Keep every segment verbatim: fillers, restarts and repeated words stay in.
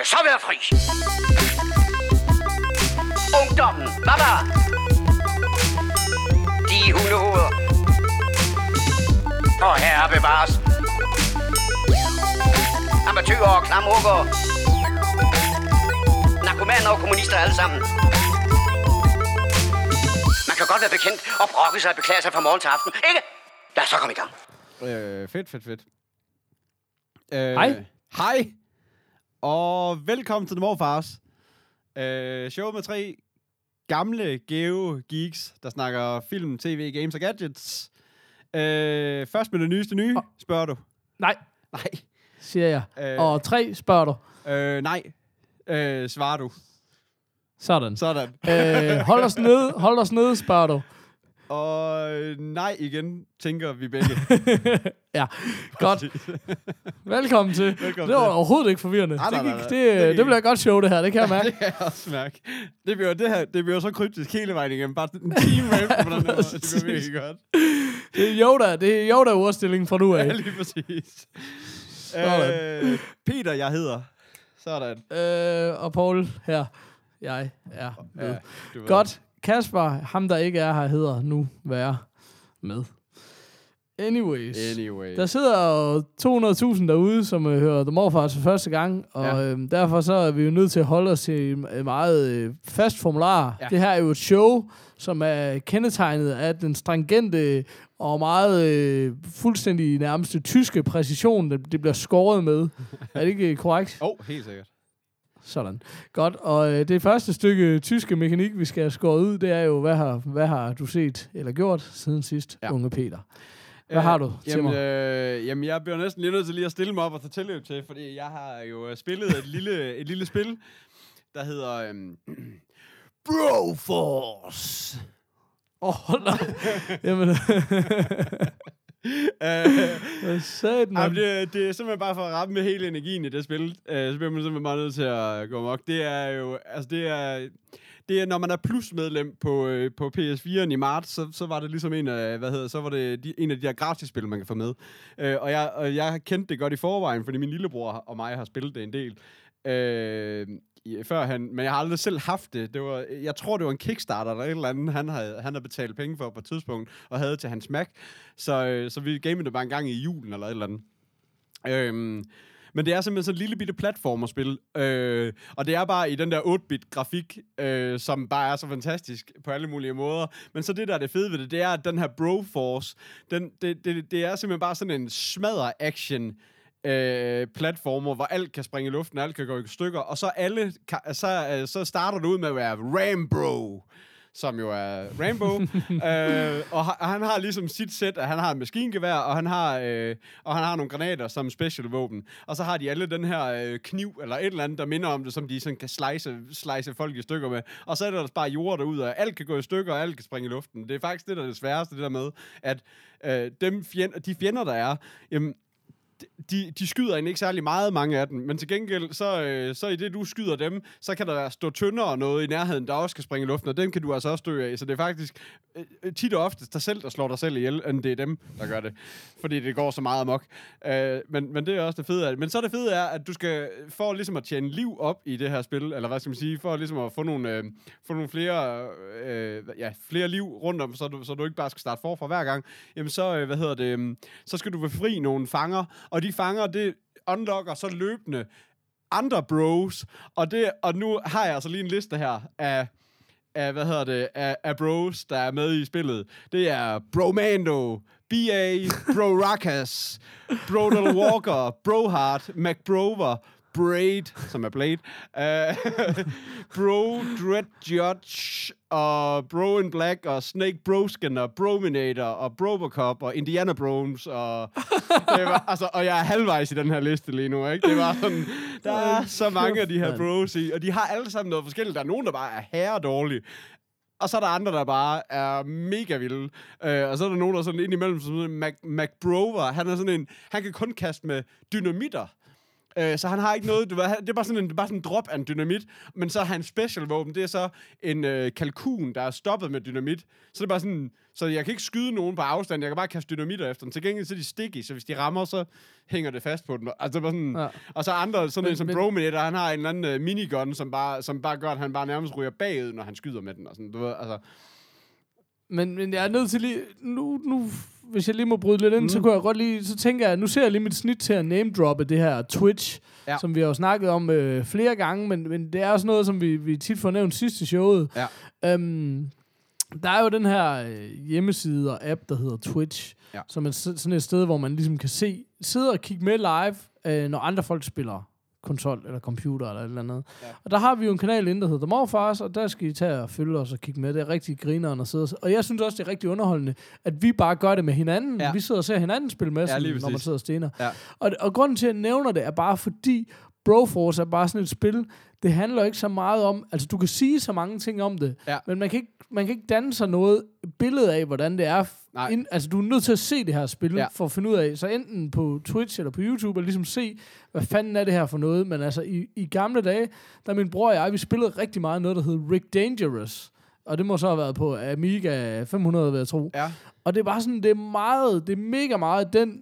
det så være fri. Ungdommen, baba. De hundehoveder. Og herre bevares. Amatører og klamrukker. Narkomaner og kommunister alle sammen. Man kan godt være bekendt og brokke sig og beklage sig fra morgen til aften, ikke? Lad os så komme i gang. Øh, fedt, fedt, fedt. Øh, Hej. Hej. Og velkommen til The Morfars. Øh, show med tre gamle geo-geeks, der snakker film, tv, games og gadgets. Øh, først med det nyeste nye, spørger du. Nej, Nej. siger jeg. Øh. Og tre, spørger du. Øh, nej. Øh, svarer du. Sådan. Sådan. øh, hold os nede, hold os nede, spørger du. Og øh, nej igen, tænker vi begge. Ja, godt. Velkommen til. Velkommen Det var til. overhovedet ikke forvirrende. Nej, nej, det, nej, gik, nej. det, Det det, gik. bliver et godt show, det her. Det kan jeg mærke. Det kan jeg også mærke. Det bliver, det her, det bliver så kryptisk hele vejen igennem. Bare en time efter på den her. Det bliver virkelig godt. Det er Yoda, det er Yoda-ordstillingen fra nu af. Ja, lige præcis. Sådan. Øh, Peter, jeg hedder. Sådan. Øh, og Paul her. Jeg er med. Ja, du ved. Godt. Kasper, ham der ikke er her, hedder nu være med. Anyways. Anyway. Der sidder jo to hundrede tusind derude, som øh, hører The Morfars for første gang, og Ja. øh, derfor så er vi jo nødt til at holde os til en meget øh, fast formular. Ja. Det her er jo et show, som er kendetegnet af den stringente og meget øh, fuldstændig nærmeste tyske præcision, det, det bliver skåret med. Er det ikke korrekt? Åh, oh, helt sikkert. Sådan. Godt. Og øh, det første stykke tyske mekanik, vi skal have skåret ud, det er jo, hvad har, hvad har du set eller gjort siden sidst, Ja. ja. unge Peter? Hvad har du til jamen, mig? øh, jamen, jeg bliver næsten lige nødt til lige at stille mig op og tage tilløb til, fordi jeg har jo øh, spillet et lille, et lille spil, der hedder øhm, Broforce. Åh, oh, hold da. Jamen, hvad sagde den? Jamen, det, det er simpelthen bare for at ramme med hele energien i det spil. Øh, så bliver man simpelthen bare nødt til at gå amok. Det er jo, altså det er, det er når man er plusmedlem på, øh, på P S fire'en i marts, så, så var det ligesom en af, hvad hedder, så var det de, en af de der gratisspil, man kan få med. Øh, og, jeg, og jeg har kendt det godt i forvejen, fordi min lillebror og mig har spillet det en del. Øh, i- før han, men jeg har aldrig selv haft det. Det var, jeg tror, det var en Kickstarter eller et eller andet, han havde, han havde betalt penge for på et tidspunkt, og havde til hans Mac. Så, øh, så vi gamede det bare en gang i julen eller et eller andet. Øhm, men det er simpelthen sådan en lille bitte platformerspil, øh, og det er bare i den der otte-bit grafik, øh, som bare er så fantastisk på alle mulige måder. Men så det der er det fede ved det, det er, at den her Broforce, den, det, det, det er simpelthen bare sådan en smadre-action Øh, platformer, hvor alt kan springe i luften, alt kan gå i stykker, og så alle kan, så, øh, så starter det ud med at være Rambo, som jo er Rambo, øh, og ha- han har ligesom sit sæt, at han har et maskingevær, og han har, øh, og han har nogle granater som special våben, og så har de alle den her øh, kniv, eller et eller andet, der minder om det, som de sådan kan slice, slice folk i stykker med, og så er der bare jord derude, og alt kan gå i stykker, og alt kan springe i luften. Det er faktisk det, der er det sværeste, det der med, at øh, dem fjend- de fjender, der er, jamen, De, de skyder egentlig ikke særlig meget, mange af dem, men til gengæld, så, øh, så i det, du skyder dem, så kan der stå tønder og noget i nærheden, der også kan springe i luften, og dem kan du altså også dø af. Så det er faktisk øh, tit og ofte dig selv, der slår dig selv ihjel, end det er dem, der gør det. Fordi det går så meget amok. Øh, men, men det er også det fede af det. Men så det fede er, at du skal, for ligesom at tjene liv op i det her spil, eller hvad skal man sige, for ligesom at få nogle, øh, få nogle flere, øh, ja, flere liv rundt om, så du, så du ikke bare skal starte forfra hver gang, jamen så, øh, hvad hedder det, øh, så skal du befri nogle fanger, og de fanger, det unlocker så løbende andre bros, og, det, og nu har jeg altså lige en liste her af, af hvad hedder det, af, af bros, der er med i spillet. Det er Bromando, B A, Bro Ruckus, Bro Little Walker, Brohard, McBrover, Braid, som er Blade, uh, Bro Dread Judge, og Bro in Black, og Snake Broskin, og Brominator, og Brobocop, og Indiana Bromes, og, det var, altså, og jeg er halvvejs i den her liste lige nu, ikke? Det var sådan, der er så mange af de her bros i, og de har alle sammen noget forskelligt. Der er nogen, der bare er herredårlige, og så er der andre, der bare er mega vilde. Uh, og så er der nogen, der er sådan ind imellem, som Mac, McBrover, han er sådan en, han kan kun kaste med dynamitter. Øh, så han har ikke noget, du ved, det er bare sådan en, det er bare sådan en drop af en dynamit, men så har han special våben, det er så en øh, kalkun, der er stoppet med dynamit. Så det er bare sådan, så jeg kan ikke skyde nogen på afstand, jeg kan bare kaste dynamitter efter den. Til gengæld så er de sticky, så hvis de rammer, så hænger det fast på den. Altså det er bare sådan, ja. Og så andre, sådan men, en som Brominator, han har en eller anden uh, minigun, som bare, som bare gør, at han bare nærmest ryger bagud, når han skyder med den. Og sådan, du ved, altså. Men, men jeg er nødt til lige, nu, nu, hvis jeg lige må bryde lidt ind, mm. så kunne jeg godt lige, så tænker jeg, nu ser jeg lige mit snit til at name-droppe det her Twitch, ja. Som vi har jo snakket om øh, flere gange, men, men det er også noget, som vi, vi tit får nævnt sidst i showet. Ja. Øhm, der er jo den her øh, hjemmeside og app, der hedder Twitch, ja. Som er sådan et sted, hvor man ligesom kan se, sidde og kigge med live, øh, når andre folk spiller konsol eller computer eller et eller andet. Ja. Og der har vi jo en kanal inde, der hedder The Morfars, og der skal I tage og følge os og kigge med. Det er rigtig grineren at sidde. Og jeg synes også, det er rigtig underholdende, at vi bare gør det med hinanden. Ja. Vi sidder og ser hinanden spille med, ja, når man sidder og stener. Ja. Og, og grunden til, at jeg nævner det, er bare fordi Broforce er bare sådan et spil, det handler ikke så meget om, altså du kan sige så mange ting om det, ja. Men man kan, ikke, man kan ikke danne sig noget billede af, hvordan det er. Ind, altså du er nødt til at se det her spil, ja. For at finde ud af, så enten på Twitch eller på YouTube, eller ligesom se, hvad fanden er det her for noget. Men altså i, i gamle dage, der min bror og jeg, vi spillede rigtig meget noget, der hed Rick Dangerous. Og det må så have været på Amiga fem hundrede, vil jeg tro. Ja. Og det er bare sådan, det er meget, det er mega meget den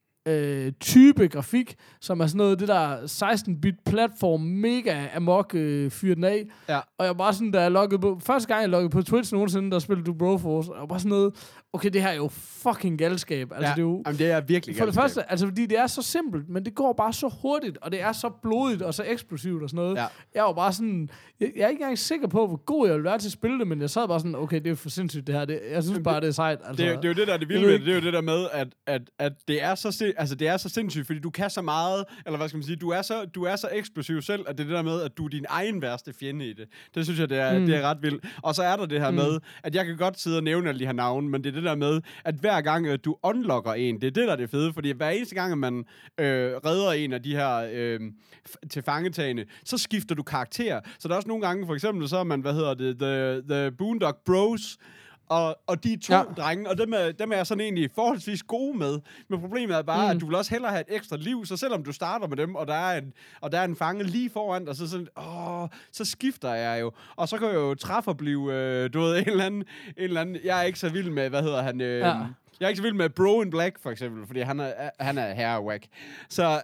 Øh, type grafik, som er sådan noget, det der seksten-bit platform, mega amok øh, fyret den af. Ja. Og jeg bare sådan, da jeg loggede på, første gang jeg loggede på Twitch nogensinde, der spillede du Broforce, og jeg bare sådan noget, okay, det her er jo fucking galskab. Altså, ja, det er jo, jamen, det er virkelig for galskab. det første, altså fordi det er så simpelt, men det går bare så hurtigt, og det er så blodigt og så eksplosivt og sådan noget. Ja. Jeg var bare sådan, jeg, jeg er ikke engang sikker på, hvor god jeg ville være til at spille det, men jeg sad bare sådan, okay, det er for sindssygt det her. Det, jeg synes bare, det er sejt. Altså, det, det er jo det der, det vilde ved det, det er jo det der med, at, at, at det er så altså det er så sindssygt, fordi du kan så meget, eller hvad skal man sige, du er så, du er så eksplosiv selv, at det er det der med, at du er din egen værste fjende i det. Det synes jeg, det er, mm. det er ret vildt. Og så er der det her mm. med, at jeg kan godt sidde og nævne alle de her navne, men det er det der med, at hver gang at du unlocker en, det er det, der er det fede, fordi hver eneste gang, at man øh, redder en af de her øh, til fangetagene, så skifter du karakter. Så der er også nogle gange, for eksempel, så er man, hvad hedder det, The, the Boondock Bros, Og, og de to ja. drenge, og dem er, dem er jeg sådan egentlig forholdsvis gode med. Men problemet er bare, mm. at du vil også hellere have et ekstra liv, så selvom du starter med dem, og der er en, og der er en fange lige foran dig, så, sådan, åh, så skifter jeg jo. Og så kan jeg jo træffe og blive, øh, du ved, en eller, anden, en eller anden... Jeg er ikke så vild med, hvad hedder han... Øh, ja. Jeg er ikke så vild med Bro in Black, for eksempel, fordi han er, han er herre-whack. Så,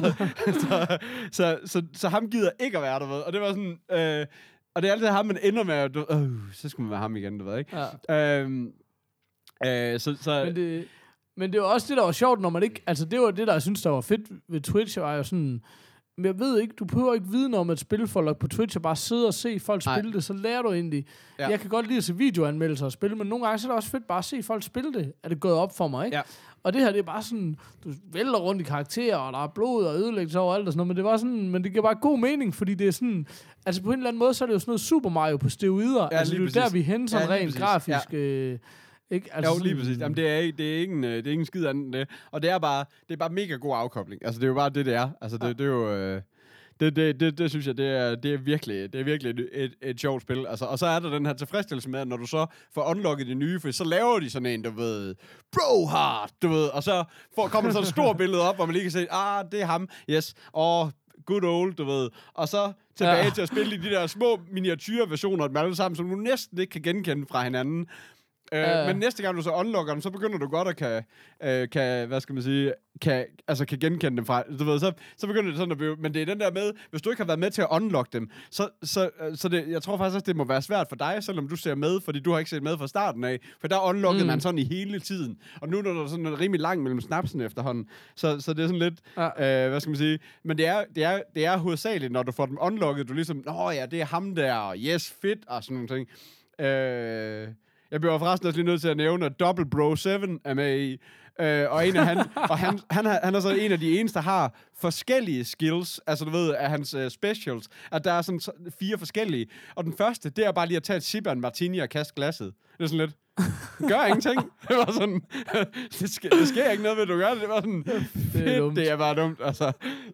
så, så, så, så ham gider ikke at være der, ved. Og det var sådan... Øh, Og det er altid ham, man ender med, at du, øh, så skulle man være ham igen, du ved ikke? Ja. Øhm, øh, så, så men, det, men det var også det, der var sjovt, når man ikke... Altså, det var det, der jeg synes, der var fedt ved Twitch, var jo sådan... Men jeg ved ikke, du behøver ikke vide noget om et spil for at logge på Twitch og bare sidde og se folk spille Nej. det, så lærer du egentlig. Ja. Jeg kan godt lide at se videoanmeldelser og spille, men nogle gange så er det også fedt bare at se folk spille det. Er det gået op for mig, ikke? Ja. Og det her, det er bare sådan, du vælter rundt i karakterer, og der er blod og ødelæggelse over alt og sådan noget, men det var sådan, men det giver bare god mening, fordi det er sådan, altså på en eller anden måde, så er det jo sådan noget Super Mario på steroider. Ja, altså det er jo der, vi henter sådan ja, rent præcis. grafisk... Ja. Øh, Ikke? Altså jo, lige præcis. Jamen, det er ikke, det er ikke en, det er ikke en skid andet end det. Og det er bare, det er bare mega god afkobling. Altså, det er jo bare det, det er. Altså, det, det er jo... Øh, det, det, det, det synes jeg, det er, det er virkelig, det er virkelig et, et, et sjovt spil. Altså, og så er der den her tilfredsstillelse med, at når du så får unlocket de nye, for så laver de sådan en, du ved, bro hard, du ved, og så får, kommer der sådan et stort billede op, hvor man lige kan se, ah, det er ham, yes, og good old, du ved. Og så tilbage ja. til at spille i de der små miniatyrversioner af dem alle sammen, som du næsten ikke kan genkende fra hinanden. Øh, uh. Men næste gang du så unlocker dem, så begynder du godt at kan, øh, kan hvad skal man sige, kan, altså kan genkende dem fra, du ved, så, så begynder det sådan at blive, men det er den der med, hvis du ikke har været med til at unlock dem, så, så, så det, jeg tror faktisk også, det må være svært for dig, selvom du ser med, fordi du har ikke set med fra starten af, for der unlockede mm. man sådan i hele tiden, og nu er der sådan en rimelig lang mellem snapsen efterhånden, så, så det er sådan lidt, uh. øh, hvad skal man sige, men det er, det er, det er hovedsageligt, når du får dem unlocket, du ligesom, nå ja, det er ham der, yes, fedt, og sådan nogle ting. Øh... Jeg bliver forresten også lige nødt til at nævne, at Double Bro syv er med i. Øh, og en af han, og han, han, er, han er så en af de eneste, der har forskellige skills, altså du ved, af hans uh, specials, at der er sådan fire forskellige. Og den første, det er bare lige at tage et sip af en martini og kaste glasset. Det er sådan lidt, gør ingenting. Det var sådan, det, sker, det sker ikke noget ved, at du gør det. Det var sådan, det er, det er bare dumt, altså.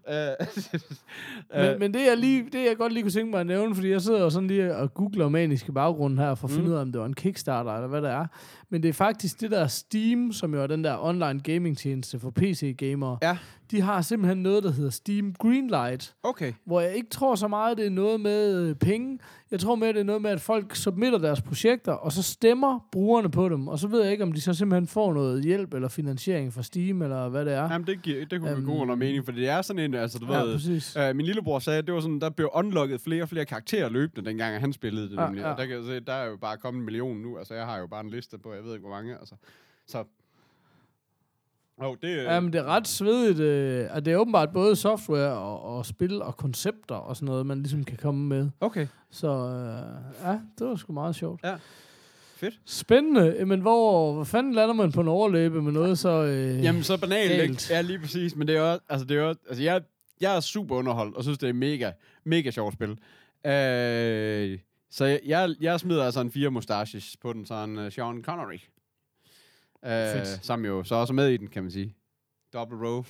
men, men det jeg lige, det jeg godt lige kunne tænke mig at nævne, fordi jeg sidder jo sådan lige og googler manisk i baggrunden her, for at finde mm. ud af, om det var en Kickstarter, eller hvad det er. Men det er faktisk det der Steam, som jo er den der online gaming-tjeneste for P C-gamere. Ja. de har simpelthen noget, der hedder Steam Greenlight. Okay. Hvor jeg ikke tror så meget, det er noget med penge. Jeg tror mere, det er noget med, at folk submitter deres projekter, og så stemmer brugerne på dem. Og så ved jeg ikke, om de så simpelthen får noget hjælp eller finansiering fra Steam, eller hvad det er. Jamen, det, giver, det kunne um, være god under mening, for det er sådan en, altså du ja, ved, øh, min lillebror sagde, at det var sådan, der blev unlocket flere og flere karakterer løbende, dengang han spillede det. Ja, nemlig. ja. Og der, kan jeg se, der er jo bare kommet en million nu, altså jeg har jo bare en liste på, jeg ved ikke, hvor mange, altså. Så... Oh, det, øh... Jamen, det er ret svedigt, øh, at det er åbenbart både software og, og spil og koncepter og sådan noget, man ligesom kan komme med. Okay. Så øh, ja, det var sgu meget sjovt. Ja. Fedt. Spændende. Men hvor, hvor fanden lander man på en overlæbe med noget så øh, Jamen, så banalt, galt. ikke? Ja, lige præcis. Men det er også, altså det er også, altså jeg, jeg er super underholdt, og synes, det er mega, mega sjovt spil. Øh, så jeg, jeg, jeg smider altså en fire mustaches på den, sådan uh, Sean Connery. Øh, som jo så også er med i den, kan man sige. Double row.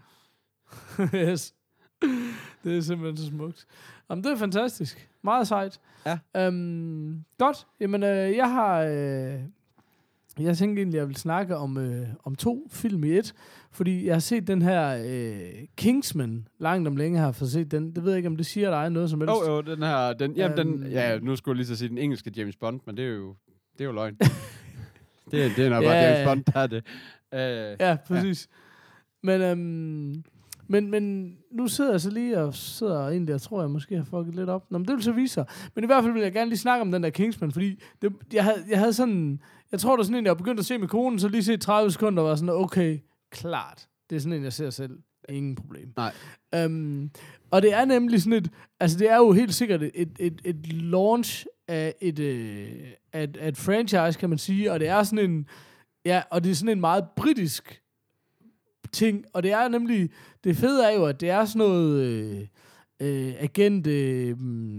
Yes. Det er simpelthen så smukt. Jamen, det er fantastisk. Meget sejt. Ja. Um, godt. Jamen, øh, jeg har... Øh, jeg tænkte egentlig, at jeg vil snakke om, øh, om to film i et. Fordi jeg har set den her øh, Kingsman langt om længe, har jeg fået set den. Det ved jeg ikke, om det siger dig noget som helst. Jo, oh, jo, den her... Den, jamen, um, den, ja, nu skulle jeg lige så sige den engelske James Bond, men det er jo, det er jo løgn. det, det er nok ja, bare James Bond, der er det. Uh, ja, præcis. Ja. Men, øhm, men, men nu sidder jeg så lige og sidder egentlig, jeg tror, jeg måske har fucket lidt op. Nå, men det vil så vise sig. Men i hvert fald vil jeg gerne lige snakke om den der Kingsman, fordi det, jeg, havde, jeg havde sådan... Jeg tror, det er sådan en, jeg begyndte at se med konen, så lige set tredive sekunder, og var sådan, okay, klart. Det er sådan en, jeg ser selv. Ingen problem. Nej. Um, og det er nemlig sådan et... Altså, det er jo helt sikkert et, et, et, et launch af et, øh, af, et, af et franchise, kan man sige. Og det er sådan en... Ja, og det er sådan en meget britisk ting. Og det er nemlig... Det fede er jo, at det er sådan noget... Øh, øh, agent... Øh,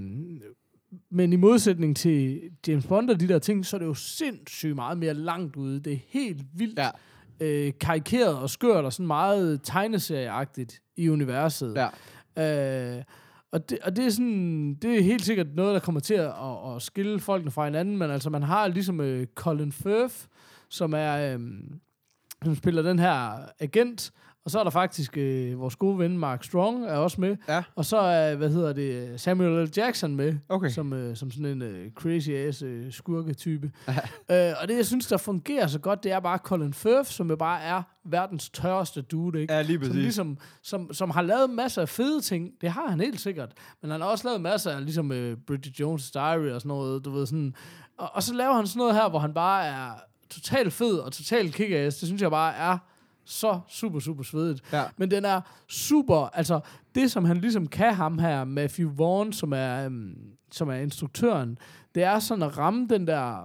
men i modsætning til James Bond og de der ting, så er det jo sindssygt meget mere langt ude. Det er helt vildt ja. øh, karikeret og skørt og sådan meget tegneserieagtigt i universet. Ja. Øh, og, det, og det er sådan, det er helt sikkert noget, der kommer til at, at, at skille folkene fra hinanden, men altså man har ligesom øh, Colin Firth, som er, øh, som spiller den her agent, og så er der faktisk øh, vores gode ven Mark Strong er også med. Ja. Og så er, hvad hedder det, Samuel L. Jackson med, okay. som, øh, som sådan en øh, crazy-ass øh, skurketype. øh, og det, jeg synes, der fungerer så godt, det er bare Colin Firth, som jo bare er verdens tørreste dude, ikke? Ja, lige præcis. Som, ligesom, som, som har lavet masser af fede ting. Det har han helt sikkert. Men han har også lavet masser af, ligesom øh, Bridget Jones' Diary og sådan noget, du ved sådan. Og, og så laver han sådan noget her, hvor han bare er totalt fed og totalt kick-ass. Det synes jeg bare er så super, super svedigt. Ja. Men den er super, altså det, som han ligesom kan ham her, Matthew Vaughn, som er, um, som er instruktøren, det er sådan at ramme den der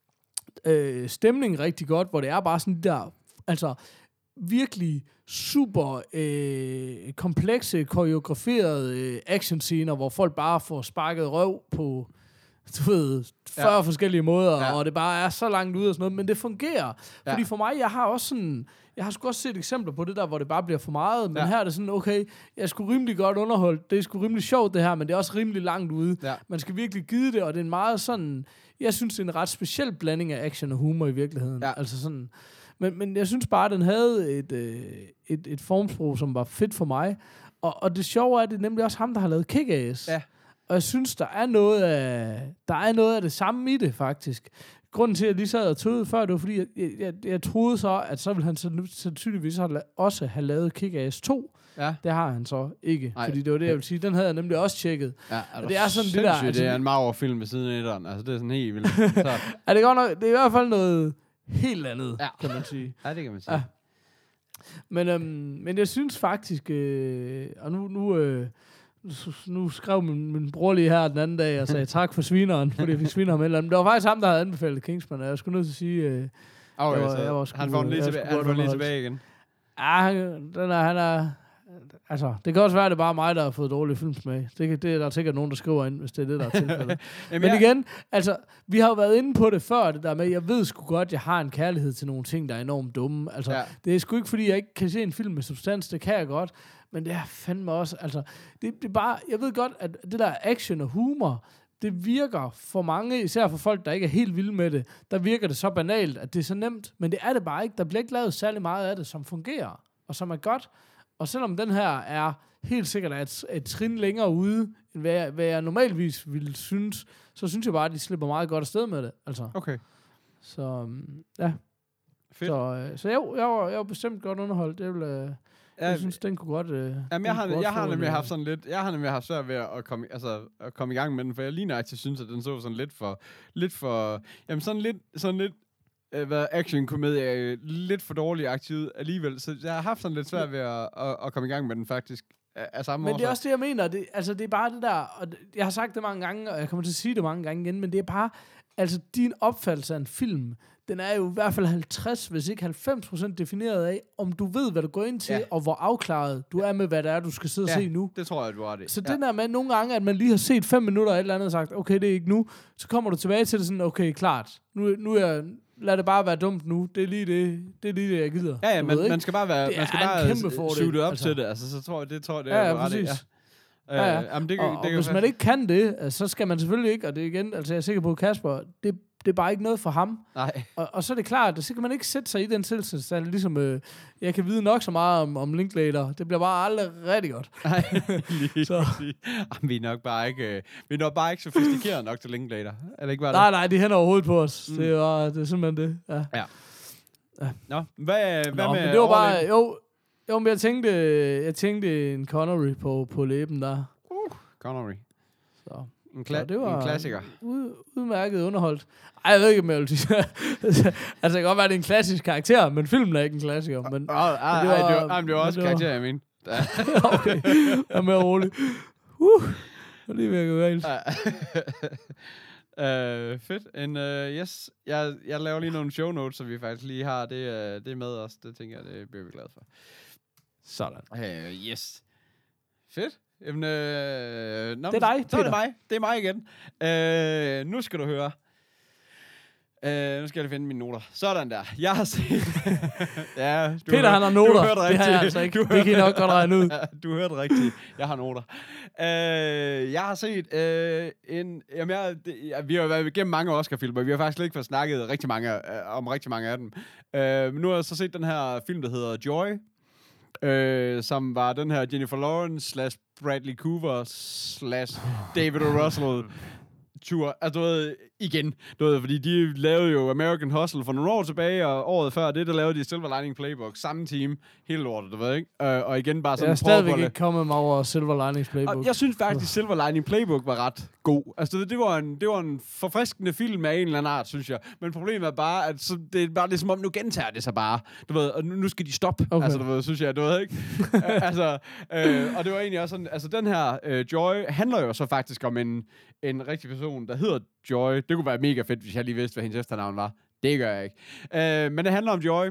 øh, stemning rigtig godt, hvor det er bare sådan der, altså virkelig super øh, komplekse, koreograferede øh, actionscener, hvor folk bare får sparket røv på, du ved, fyrre ja. forskellige måder, ja. og det bare er så langt ude og sådan noget, men det fungerer. Ja. Fordi for mig, jeg har også sådan, jeg har sgu også set eksempler på det der, hvor det bare bliver for meget, men ja. her er det sådan, okay, jeg er sgu rimelig godt underholdt, det er sgu rimelig sjovt det her, men det er også rimelig langt ude. Ja. Man skal virkelig give det, og det er en meget sådan, jeg synes, det er en ret speciel blanding af action og humor i virkeligheden. Ja. Altså sådan, men, men jeg synes bare, den havde et, øh, et, et formsprog, som var fedt for mig, og, og det sjove er, at det er nemlig også ham, der har lavet Kick-Ass. Ja. Og jeg synes, der er noget af, der er noget af det samme i det, faktisk. Grunden til, at jeg lige sad og tøvede før, det var, fordi jeg, jeg, jeg troede så, at så ville han sandsynligvis også have lavet Kick-Ass to. Ja. Det har han så ikke, Ej. fordi det var det, jeg vil sige. Den havde jeg nemlig også tjekket. Ja, og det er sådan det der... Altså, det er en Mauer-film ved siden af etteren. Altså, det er sådan helt vildt. Så. Er det godt nok? Det er i hvert fald noget helt andet, ja. kan man sige. Ja, det kan man sige. Ja. Men, øhm, men jeg synes faktisk... Øh, og nu... nu øh, Nu skrev min, min bror lige her den anden dag og sagde tak for svineren, fordi jeg fik sviner ham et eller andet. Men det var faktisk ham, der havde anbefalet Kingsman, og jeg skulle nødt til at sige... Øh, okay, jeg var, jeg var sku, han får den lige, tilbage, han får lige tilbage igen. Ja, han, den er, han er... Altså, det kan også være, at det er bare mig, der har fået dårlig filmsmag. Det, det er der sikkert nogen, der skriver ind, hvis det er det, der er tilfældet. Men jeg... igen, altså, vi har jo været inde på det før, det der med, jeg ved sgu godt, at jeg har en kærlighed til nogle ting, der er enormt dumme. Altså, ja. Det er sgu ikke, fordi jeg ikke kan se en film med substans, det kan jeg godt. Men det er fandme også, altså, det, det er bare, jeg ved godt, at det der action og humor, det virker for mange, især for folk, der ikke er helt vilde med det, der virker det så banalt, at det er så nemt, men det er det bare ikke. Der bliver ikke lavet særlig meget af det, som fungerer, og som er godt. Og selvom den her er helt sikkert et, et trin længere ude, end hvad jeg, hvad jeg normalvis ville synes, så synes jeg bare, at de slipper meget godt afsted med det. Altså. Okay. Så ja. Fedt. Så, øh, så jeg, jeg, var, jeg var bestemt godt underholdt. Det vil, øh, Ja, jeg synes, den kunne godt... Øh, jamen, jeg har, godt jeg har nemlig en, haft sådan lidt... Jeg har nemlig haft svært ved at komme, altså, at komme i gang med den, for jeg lige nøjagtigt synes, at den så sådan lidt for... Lidt for... Jamen, sådan lidt... Sådan lidt øh, hvad action-komedie, lidt for dårlig aktiv alligevel, så jeg har haft sådan lidt svært ved at, at, at komme i gang med den, faktisk. Af samme men årsag. det er også det, jeg mener. Det, altså, det er bare det der... Og jeg har sagt det mange gange, og jeg kommer til at sige det mange gange igen, men det er bare... Altså, din opfattelse af en film, den er jo i hvert fald halvtreds, hvis ikke halvfems procent defineret af, om du ved, hvad du går ind til, ja. og hvor afklaret du er med, hvad det er, du skal sidde ja, og se nu. Det tror jeg, du har det. Så ja. det der med nogle gange, at man lige har set fem minutter og et eller andet og sagt, okay, det er ikke nu, så kommer du tilbage til det sådan, okay, klart, nu, nu er jeg, lad det bare være dumt nu, det er lige det, det, er lige det jeg gider. Ja, ja, man, ved, man skal bare være, det man skal bare shoot op altså. Til det, altså, så tror jeg, det tror jeg, det ja, er ja, ret præcis. Ja. Ja, ja. Øh, jamen, det, og, det, og det hvis man man ikke kan det, så skal man selvfølgelig ikke, og det er igen, altså jeg er sikker på, Kasper, det det er bare ikke noget for ham. Nej. Og, og så er det klart, så kan man ikke sætte sig i den tilstand, ligesom, øh, jeg kan vide nok så meget om, om Linklater. Det bliver bare aldrig rigtig godt. Nej, lige så. Jamen, vi er nok bare ikke, øh, vi er nok bare ikke sofistikeret nok til Linklater. Er det ikke bare det? Nej, nej, de hænder overhovedet på os. Mm. Det, var, det er simpelthen det. Ja. Ja. ja. Nå, hvad, hvad Nå, med men det var bare, jo, jo, men jeg tænkte, jeg tænkte en Connery på, på læben der. Uh, Connery. Så. En, kla- det var en klassiker. Ud, udmærket underholdt. Ej, jeg ved ikke, om jeg vil sige. Altså, det kan godt være, det er en klassisk karakter, men filmen er ikke en klassiker. Men, oh, oh, ej, det var, ej, det var også det karakter, var... jeg mener. Okay, jeg er mere rolig. Uh, det er lige ved at gå galt. Uh, fedt. En, uh, yes. Jeg, jeg laver lige nogle show notes, så vi faktisk lige har det, uh, det med os. Det tænker jeg, det bliver vi glade for. Sådan. Uh, yes. Fedt. Jamen, øh, nå, det er dig, så er det mig. Det er mig igen. Øh, nu skal du høre. Øh, nu skal jeg finde mine noter. Sådan der. Jeg har set... ja, du Peter, hørte, han har noter. Du hørte rigtigt. Det har jeg altså ikke. Du det kan I nok godt regne ud. Du hørte rigtigt. Jeg har noter. Øh, jeg har set øh, en... Jamen, jeg, det, ja, vi har været igennem mange Oscar-filmer. Vi har faktisk ikke fået snakket rigtig mange, øh, om rigtig mange af dem. Øh, men nu har jeg så set den her film, der hedder Joy. Øh, som var den her Jennifer Lawrence slash Bradley Cooper slash David O. Russell tur. Altså, du ved, igen, du ved, fordi de lavede jo American Hustle for nogle år tilbage, og året før det, der lavede de Silver Lining Playbook. Samme team, hele lortet, du ved, ikke? Øh, og igen bare sådan... Jeg er stadigvæk ikke kommet mig over Silver Linings Playbook. Og jeg synes faktisk, Silver Lining Playbook var ret god. Altså, det, det, var en, det var en forfriskende film af en eller anden art, synes jeg. Men problemet er bare, at så, det er bare ligesom om, nu gentager det sig bare. Du ved, og nu, nu skal de stoppe. Okay. Altså, du ved, synes jeg, du ved, ikke? altså, øh, og det var egentlig også sådan... Altså, den her øh, Joy handler jo så faktisk om en, en rigtig person, der hedder Joy. Det kunne være mega fedt, hvis jeg lige vidste, hvad hendes efternavn var. Det gør jeg ikke. Øh, men det handler om Joy,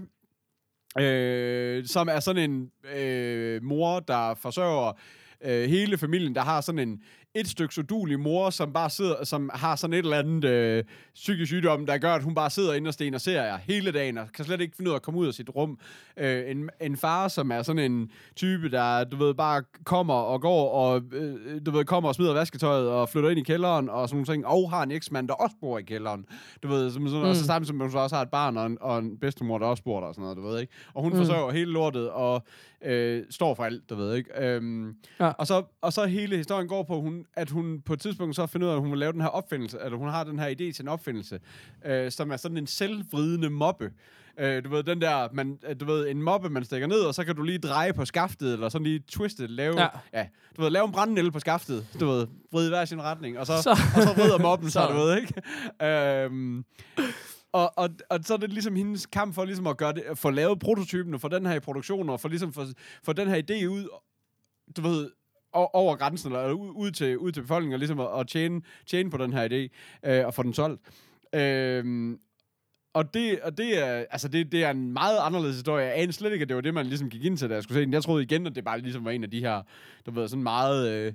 øh, som er sådan en øh, mor, der forsørger øh, hele familien, der har sådan en et stykke uduelig mor, som bare sidder, som har sådan et eller andet øh, psykisk sygdom, der gør, at hun bare sidder inde og stener serier hele dagen, og kan slet ikke finde ud af at komme ud af sit rum. Øh, en, en far, som er sådan en type, der, du ved, bare kommer og går, og øh, du ved, kommer og smider vasketøjet, og flytter ind i kælderen, og sådan nogle ting, og har en eksmand, der også bor i kælderen. Du ved, som, sådan, mm. og så sammen som hun så også har et barn, og en, og en bedstemor, der også bor der, og sådan noget, du ved, ikke? Og hun mm. forsørger hele lortet, og øh, står for alt, du ved, ikke? Øhm, ja. og, så, og så hele historien går på, hun, at hun på et tidspunkt så finder ud af, at hun vil lave den her opfindelse, eller hun har den her idé til en opfindelse, øh, som er sådan en selvvridende mobbe. Øh, du ved, den der, man, du ved, en mobbe, man stikker ned, og så kan du lige dreje på skaftet, eller sådan lige twiste, lave, ja. Ja, du ved, lave en brændenælde på skaftet, du ved, vride hver sin retning, og så, så. og så vrider mobben så, du ved, ikke? Øhm, og, og, og så er det ligesom hendes kamp for ligesom at gøre det, for lavet prototypen, og for den her i produktion, og for ligesom for, for den her idé ud, du ved, over grænsen, eller ud, ud, til, ud til befolkningen, og ligesom at, at tjene, tjene på den her idé, øh, og få den solgt. Øh, og det, og det er, altså det, det er en meget anderledes historie. Jeg anede slet ikke, at det var det, man ligesom gik ind til, da jeg skulle se den. Jeg troede igen, at det bare ligesom var en af de her, du ved, sådan meget... Øh,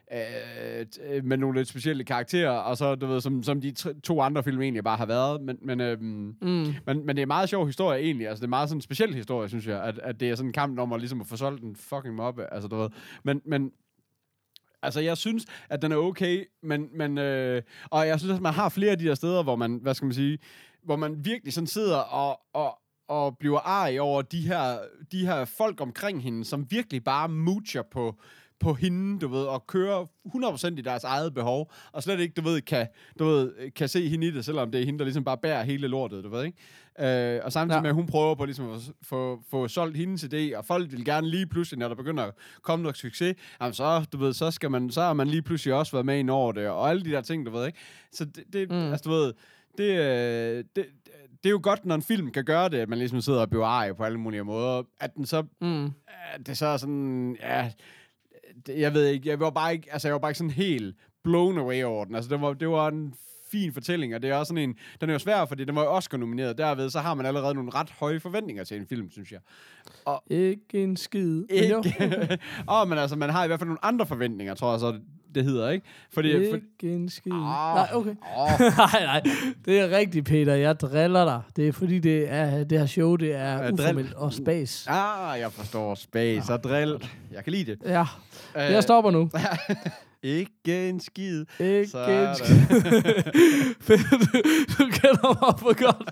Øh, med nogle lidt specielle karakterer, og så, du ved, som, som de t- to andre film egentlig bare har været, men, men, øhm, mm. men, men det er en meget sjov historie egentlig, altså det er meget sådan en speciel historie, synes jeg, at, at det er sådan en kamp om at ligesom at få solgt en fucking mobbe, altså du ved, men, men altså jeg synes, at den er okay, men, men øh, og jeg synes, at man har flere af de der steder, hvor man, hvad skal man sige, hvor man virkelig sådan sidder og, og og bliver arg over de her, de her folk omkring hende, som virkelig bare moocher på, på hende, du ved, og kører hundrede procent i deres eget behov, og slet ikke, du ved, kan, du ved, kan se hende i det, selvom det er hende, der ligesom bare bærer hele lortet, du ved, ikke? Øh, og samtidig ja. med, at hun prøver på ligesom at få, få solgt hendes idé, og folk vil gerne lige pludselig, når der begynder at komme noget succes, jamen så, du ved, så skal man, så har man lige pludselig også været med ind over det, og alle de der ting, du ved, ikke? Så det, det mm. altså, du ved, det, det, det er jo godt, når en film kan gøre det, at man ligesom sidder og bliver arg på alle mulige måder, at den så, mm. det så er sådan, ja, det, jeg ved ikke, jeg var bare ikke, altså jeg var bare ikke sådan helt blown away over den, altså det var, det var en fin fortælling, og det er også sådan en, den er jo svær, fordi den var jo Oscar-nomineret, derved så har man allerede nogle ret høje forventninger til en film, synes jeg. Og ikke en skid. Ikke. Åh, oh, men altså, man har i hvert fald nogle andre forventninger, tror jeg så, det hedder, ikke? Fordi, ikke for... en skid. Oh. Nej, okay. Oh. nej, nej, det er rigtigt, Peter, jeg driller dig. Det er fordi, det, er, det her show, det er uh, uformelt og space. Ah, jeg forstår space ja. og drill. Jeg kan lide det. Ja, uh, jeg stopper nu. Ikke en skid. Ikke så en skid. du kender mig for godt.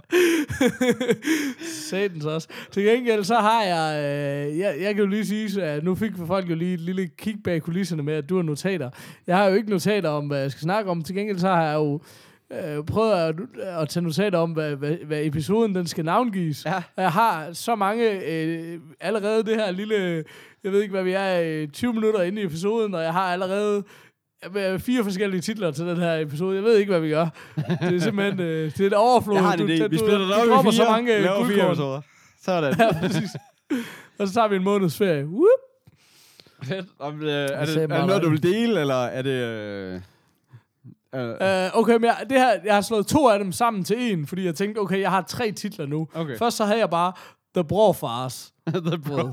Satans også. Til gengæld så har jeg, øh, jeg, jeg kan jo lige sige, at nu fik folk jo lige et lille kig bag kulisserne med, at du har notater. Jeg har jo ikke notater om, hvad jeg skal snakke om. Til gengæld så har jeg jo øh, prøvet at, at tage notater om, hvad, hvad, hvad episoden den skal navngives. Ja. Og jeg har så mange, øh, allerede det her lille, jeg ved ikke hvad vi er, tyve minutter inde i episoden, og jeg har allerede fire forskellige titler til den her episode. Jeg ved ikke, hvad vi gør. Det er simpelthen øh, det er et overflod. Jeg har en idé. Vi spiller det op i fire. Så mange laver fire episoder. Sådan. Ja, præcis. Og så tager vi en måneds ferie. Whoop. Fedt. Om, øh, er, det, er det noget, du vil dele, eller er det... Øh, øh. Uh, okay, men jeg, det her, jeg har slået to af dem sammen til en, fordi jeg tænkte, okay, jeg har tre titler nu. Okay. Først så havde jeg bare The Brofars. The Bro.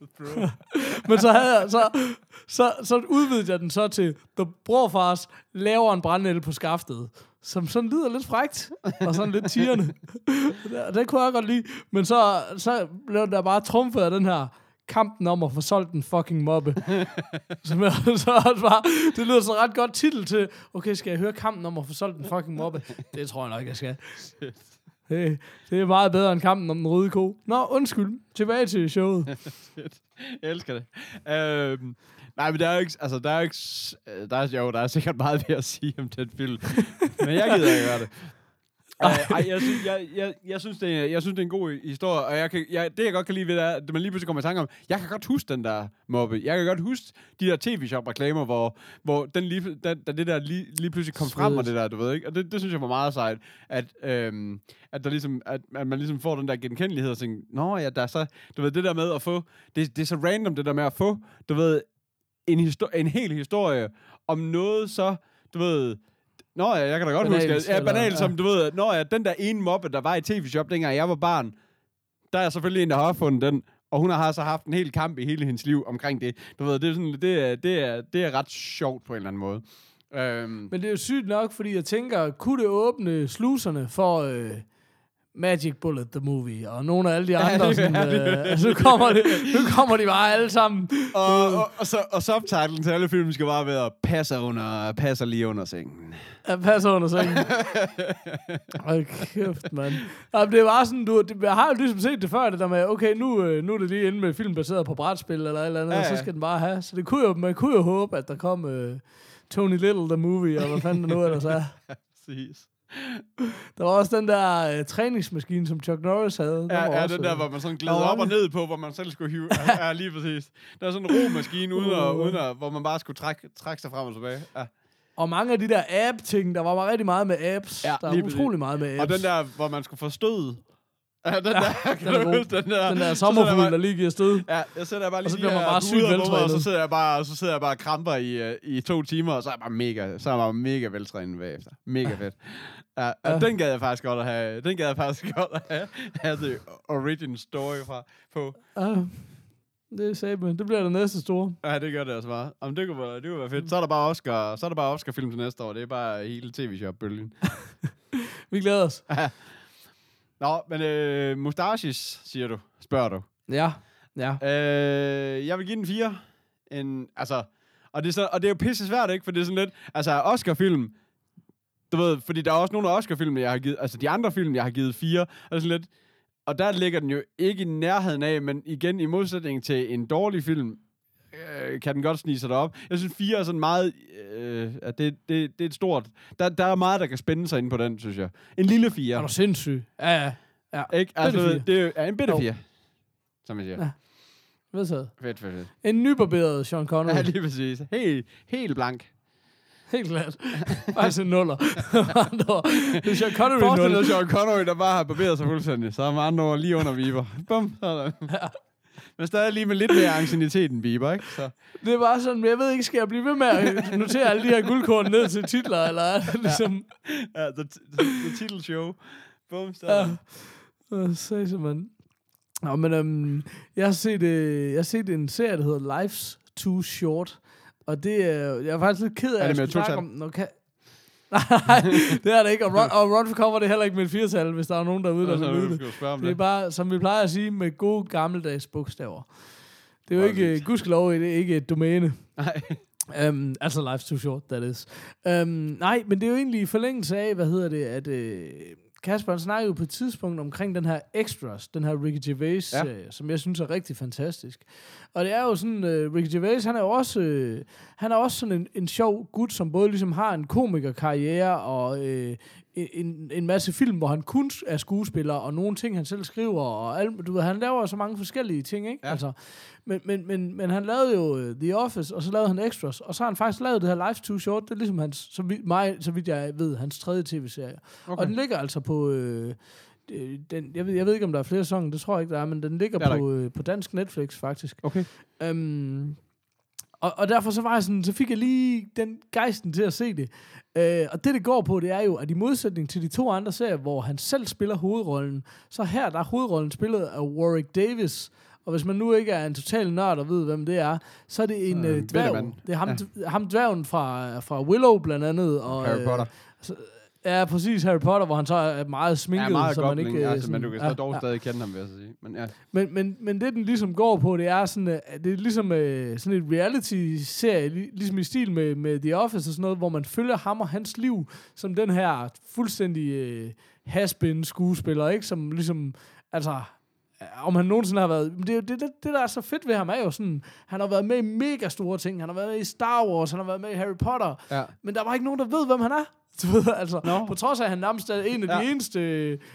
Men så havde jeg, så, så, så udvidede jeg den så til The Brofars laver en brandnælde på skaftet. Som sådan lyder lidt frækt, og sådan lidt tirrende. Det kunne jeg godt lide. Men så, så blev der bare trumfet af den her kampen om at få solgt en fucking mobbe. Som jeg, så bare, det lyder så ret godt titel til, okay, skal jeg høre kampen om at få solgt en fucking mobbe? Det tror jeg nok, jeg skal. Det, det er meget bedre end kampen om den røde ko. Nå, undskyld. Tilbage til showet. Jeg elsker det. Øhm, nej, men der er jo ikke... Altså, der er jo ikke... Der er, jo, der er sikkert meget ved at sige om den film. Men jeg gider ikke gøre det. Uh, ej, jeg synes, jeg, jeg, jeg, synes, det er, jeg synes, det er en god historie, og jeg kan, jeg, det, jeg godt kan lide ved det, er, at man lige pludselig kommer i tanke om, jeg kan godt huske den der mobbe. Jeg kan godt huske de der tv-shop-reklamer, hvor, hvor den lige, den, da det der lige, lige pludselig kom frem, og det der, du ved ikke? Og det, det synes jeg var meget sejt, at, øhm, at, der ligesom, at, at man ligesom får den der genkendelighed og tænker, nå ja, der er så, du ved, det der med at få, det, det er så random, det der med at få, du ved, en, histori- en hel historie om noget så, du ved... Nå ja, jeg kan da godt banalt, huske, ja, banalt som, ja. Du ved, nå ja, den der ene mobbe, der var i tv-shop, dengang jeg var barn, der er selvfølgelig en, der har opfundet den, og hun har så haft en hel kamp i hele hendes liv omkring det. Du ved, det er, sådan, det er, det er, det er ret sjovt på en eller anden måde. Øhm. Men det er jo sygt nok, fordi jeg tænker, kunne det åbne sluserne for... Øh Magic Bullet, the movie, og nogle af alle de andre, ja, sådan, øh, altså, nu, kommer de, nu kommer de bare alle sammen. Og, og, og, så, og subtitlen til alle film skal bare være, passer, under, passer lige under sengen. Ja, passer under sengen. Hold kæft, mand. Jamen, det var sådan, du, det, jeg har jo ligesom set det før, det der med, okay, nu, nu er det lige inde med film baseret på brætspil, eller et eller andet, ja, ja. Og så skal den bare have. Så det kunne jo, man kunne jo håbe, at der kom uh, Tony Little, the movie, og hvad fanden der nu ellers er. Præcis. Der var også den der uh, træningsmaskine, som Chuck Norris havde. Ja, ja også, den der, hvor man sådan glæder op og ned på, hvor man selv skulle hive. Ja, ja, lige præcis. Der er sådan en romaskine, uden at, uden at, hvor man bare skulle trække, trække sig frem og tilbage. Ja. Og mange af de der app-ting, der var rigtig meget med apps. Ja, der er utrolig præcis. Meget med apps. Og den der, hvor man skulle få stød. Ja, den, ja, der, den, er huske, den der, den der sommerfugl, der lige giver stød. Ja, jeg sætter bare lige og så bliver man bare sygt veltrænet. Og så sidder jeg bare, så sidder jeg bare og kramper i, uh, i to timer, og så er jeg bare mega, så er jeg bare mega veltrænet bagefter. Mega fedt. Ja, ja. Den gad jeg faktisk godt at have. Den gad jeg faktisk godt at have. have the origin story fra på. Ja, det er sabelt. Det bliver det næste store. Ja, det gør det også bare. Jamen, det kunne være, det kunne være fedt. Så er der bare Oscar, så er der bare Oscar film til næste år. Det er bare hele tv-shop-bølgen. Vi glæder os. Nå, men øh, Mustaches, siger du, spørger du. Ja, ja. Øh, jeg vil give den fire. En, altså, og det, er så, og det er jo pisse svært, ikke? For det er sådan lidt, altså Oscar-film, du ved, fordi der er også nogle af Oscar-filmene, jeg har givet, altså de andre film, jeg har givet fire, og det er sådan lidt, og der ligger den jo ikke i nærheden af, men igen, i modsætning til en dårlig film, øh, kan den godt snige sig derop. Jeg synes, fire er sådan meget... Øh, at det, det, det er et stort... Der, der er meget, der kan spænde sig ind på den, synes jeg. En lille fire. Er du sindssyg? Ja, ja. ja. Ikke? Altså, det er en bitte fire, som jeg siger. Ja. Vedtaget. Fedt, fedt, fedt. En nybarberet Sean Connery. Ja, lige præcis. Helt, helt blank. Helt klart. Faktisk en nuller. Det er Sean Connery nul. Forestil dig Sean Connery, der bare har barberet sig fuldstændig. Så er man andre lige under Bieber. Bum. Ja. Men stadig lige med lidt mere anciennitet end Bieber, ikke? Så. Det er bare sådan, jeg ved ikke, skal jeg blive ved med at notere alle de her guldkorn ned til titler, eller er det ligesom... Ja, ja the, the, the titelshow. Bum, så. Ja. Så så man. Nå, men um, jeg, har set, uh, jeg har set en serie, der hedder Life's Too Short. Og det er... Jeg er faktisk lidt ked af, at jeg skulle snakke om... Når kan... Nej, det er det ikke. Og Run, og Run for Cover, det er heller ikke med et firetal, hvis der er nogen derude, der vil vide det. Det er bare, som vi plejer at sige, med gode gammeldags bogstaver. Det er jo ikke, gudskelov, det er ikke et domæne. Nej. Um, altså Life's Too Short, that is. Um, nej, men det er jo egentlig i forlængelse af, hvad hedder det, at... Uh, Kasper, han snakkede jo på et tidspunkt omkring den her Extras, den her Ricky Gervais-serie, ja. Som jeg synes er rigtig fantastisk. Og det er jo sådan, uh, Ricky Gervais, han er jo også, uh, han er også sådan en, en sjov gut, som både ligesom har en komikerkarriere og uh, en, en masse film, hvor han kun er skuespiller, og nogle ting, han selv skriver, og alt, du ved, han laver så mange forskellige ting, ikke? Ja. Altså, men, men, men, men han lavede jo uh, The Office, og så lavede han Extras, og så har han faktisk lavet det her Life's Too Short, det er ligesom hans, så vidt, mig, så vidt jeg ved, hans tredje tv-serie. Okay. Og den ligger altså på, øh, den, jeg, ved, jeg ved ikke, om der er flere sæsoner, det tror jeg ikke, der er, men den ligger på, øh, på dansk Netflix, faktisk. Okay. Um, og, og derfor så var jeg sådan, så fik jeg lige den gejsten til at se det. Uh, og det, det går på, det er jo, at i modsætning til de to andre serier, hvor han selv spiller hovedrollen, så her der er hovedrollen spillet af Warwick Davis. Og hvis man nu ikke er en total nørd og ved, hvem det er, så er det en uh, uh, dværg. Det er ham, ja. ham dværgen fra, fra Willow blandt andet. Og, Harry Potter. Uh, så, ja, præcis, Harry Potter, hvor han så er meget sminket. Ja, meget så man ikke, ja, sådan, men du kan ja, dog ja. stadig kende ham, vil jeg så sige. Men, ja. men, men, men det, den ligesom går på, det er sådan, det er ligesom uh, sådan et reality-serie, ligesom i stil med, med The Office og sådan noget, hvor man følger ham og hans liv, som den her fuldstændig uh, has-been skuespiller, ikke? Som ligesom, altså... om han nogensinde har været... Det, det, det, det, der er så fedt ved ham, er jo sådan... Han har været med i mega store ting. Han har været med i Star Wars. Han har været med i Harry Potter. Ja. Men der var ikke nogen, der ved, hvem han er. Du ved, altså, no. På trods af, at han nærmest er en af ja. de eneste...